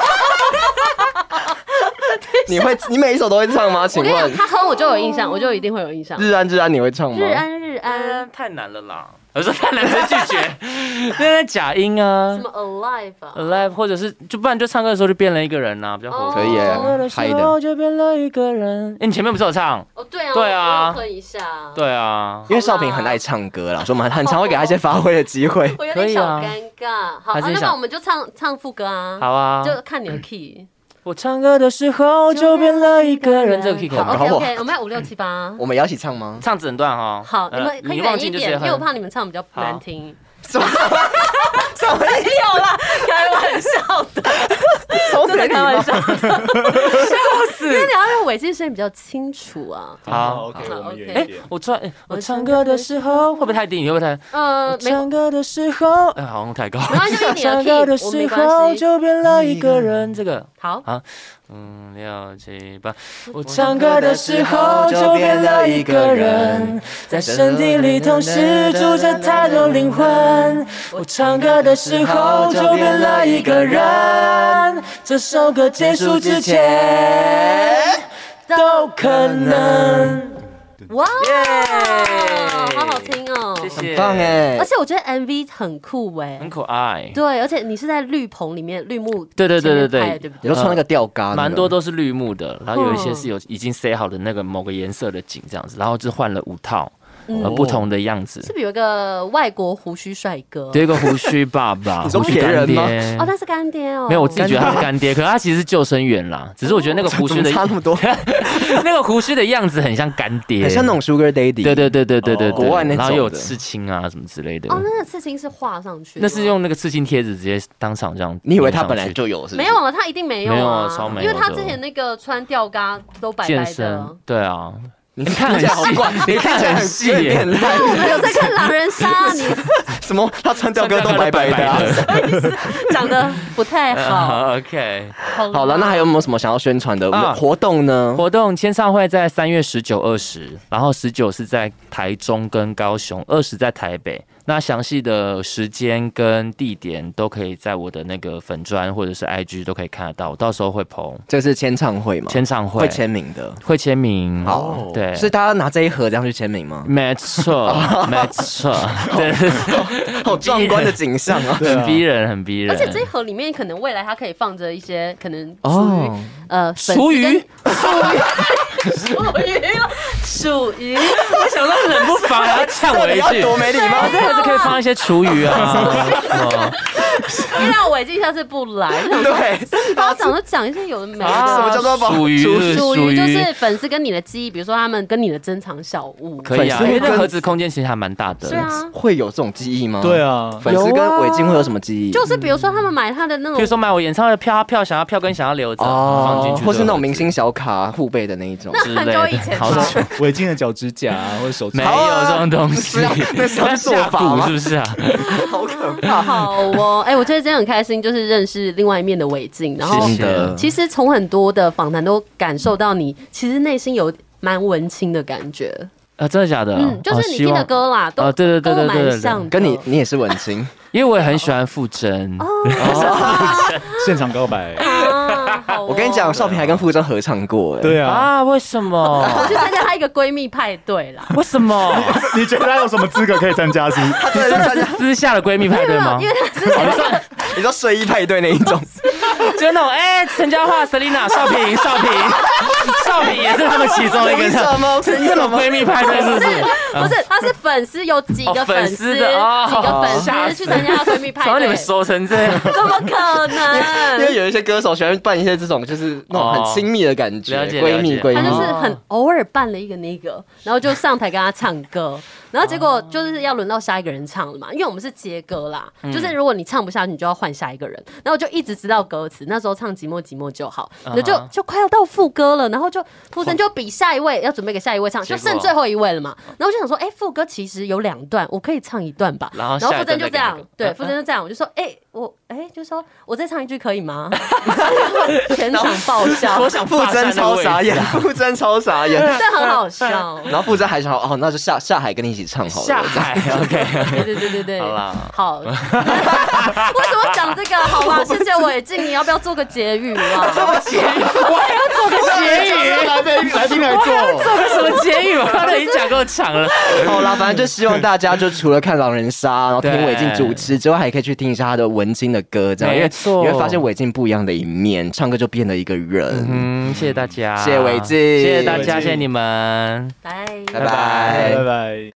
你每一首都会唱吗？请问他哼我就有印象，我就一定会有印象。 日安你会唱吗？ 日安太难了啦！我说太难，直接拒绝。因为假音啊， 什么 alive 啊 alive， 或者是不然就唱歌的时候就变了一个人啊，比较活泼。 可以耶， 嗨的。就变了一个人。你前面不是有唱？ 哦，对啊， 对啊， 我哼一下。 对啊， 因为少平很爱唱歌啦，所以我们很常会给他一些发挥的机会。 我有点小尴尬。好，那我们就唱副歌啊。 好啊， 就看你的 key。 我唱歌的时候就变了一个人，这个 key 可以吗？ OK， 我们要5、6、7、8。 我们也要一起唱吗？ 唱整段哈。 好，你们可以远一点，因为我怕你们唱比较难听。 什么？ 没有啦，开玩笑的，真的开玩笑的，笑死！因为你要用尾气声音比较清楚啊。 好 ，OK， 我们远一点。 我唱歌的时候会不会太低？你会不会太？唱歌的时候，好像太高。 然后就一点唱歌的时候就变了一个人，这个好。 5、6、7、8。我唱歌的时候就变了一个人，在身体里同时住着太多灵魂。我唱歌的时候就变了一个人，这首歌结束之前都可能。 哇，好好听哦， 谢谢， 很棒哎！ 而且我觉得 MV 很酷哎， 很可爱。 对，而且你是在绿棚里面，绿幕对， 对不对？ 你就穿那个吊嘎， 蛮多都是绿幕的，然后有一些是有已经塞好的那个某个颜色的景这样子，然后就换了5套。不同的样子， 是不是有一个外国胡须帅哥？ 有一个胡须爸爸， 你说别人吗？ 哦，他是干爹哦。 没有，我自己觉得他是干爹，可是他其实是救生员啦。只是我觉得那个胡须的差那么多， 那个胡须的样子很像干爹， 很像那种 Sugar Daddy。 对， 国外那种， 然后有刺青啊什么之类的。 哦，那个刺青是画上去的， 那是用那个刺青贴纸直接当场这样。 你以为他本来就有？是没有啊，他一定没有啊， 超没有， 因为他之前那个穿吊嘎都白白的。 对啊。 你看很细， 你看很细耶！ 我们有在看狼人杀，你什么？他穿吊嘎都白白的， 长得不太好。 OK， 好了，那还有没有什么想要宣传的活动呢？ 活动签唱会在3月19、20，然后19是在台中跟高雄，20在台北。那详细的时间跟地点都可以在我的那个粉专或者是 IG 都可以看得到，我到时候会 po。 这是签唱会吗？ 签唱会会签名的， 会签名。 好， 对， 所以大家拿这一盒这样去签名吗？ 没错，没错，对， 好壮观的景象啊， 很逼人，很逼人。 而且这一盒里面可能未来它可以放着一些可能属于属于， 我想说冷不防还要呛我一句， 多没礼貌， 这还是可以放一些厨余啊。 因为我已经下次不来， 对， 巴掌都讲一些有的没的。 什么叫做属于？ 属于就是粉丝跟你的记忆，比如说他们跟你的珍藏小物， 可以啊，因为那盒子空间其实还蛮大的。 对啊， 会有这种记忆吗？ 对啊， 粉丝跟伟静会有什么记忆？ 就是比如说他们买他的那种， 比如说买我演唱会的票，想要票根想要留着放进去， 或是那种明星小卡互背的那一种之类的。 好的， 围巾的脚趾甲或者手指， 没有这种东西， 那是要做法吗？ 是不是啊？ 好可怕！ 好哦，我觉得真的很开心，就是认识另外一面的伟静，然后其实从很多的访谈都感受到你其实内心有蛮文青的感觉。 真的假的？ 就是你听的歌啦，都对， 蛮像的。 跟你也是文青， 因为我也很喜欢傅征， 现场告白。 好我跟你讲，少平还跟傅征合唱过， 对啊， 为什么？ 我去参加她一个闺蜜派对啦。 为什么？ 你觉得他有什么资格可以参加？是？ 你真的是私下的闺蜜派对吗？ 因为她之前你说睡衣派对那一种， 就那种陈嘉桦、Selina、少平也是他们其中一个，是这种闺蜜派对是不是？ 不是，她是粉丝，有几个粉丝，几个粉丝去参加她闺蜜派对。 把你们说成这样， 怎么可能？ 因为有一些歌手喜欢办一些这种，就是那种很亲密的感觉，闺蜜。 她就是很偶尔办了一个那个，然后就上台跟她唱歌。然后结果就是要轮到下一个人唱了嘛，因为我们是接歌啦，就是如果你唱不下去，你就要换下一个人。然后我就一直知道歌词，那时候唱寂寞寂寞就好，就快要到副歌了，然后就傅征就比下一位要准备给下一位唱，就剩最后一位了嘛。然后我就想说，副歌其实有2段，我可以唱1段吧。然后傅征就这样，对，傅征就这样，我就说，就说我再唱一句可以吗？全场爆笑， 我想傅征超傻眼，傅征超傻眼， 但很好笑。 然后傅征还想那就下海跟你一起唱好了。 下海 OK， 对， 好啦， 好。为什么讲这个？好啦，谢谢伟晋，你要不要做个结语啊？ 做个结语，我还要做个结语， 来宾来做个什么结语？我刚才已经讲够长了。 好啦，反正就希望大家就除了看狼人杀，然后听伟晋主持之外，还可以去听一下他的文青的歌，这样，因为你会发现伟晋不一样的一面，唱歌就变了一个人。 谢谢大家， 谢谢伟晋， 谢谢大家，谢谢你们， 拜拜。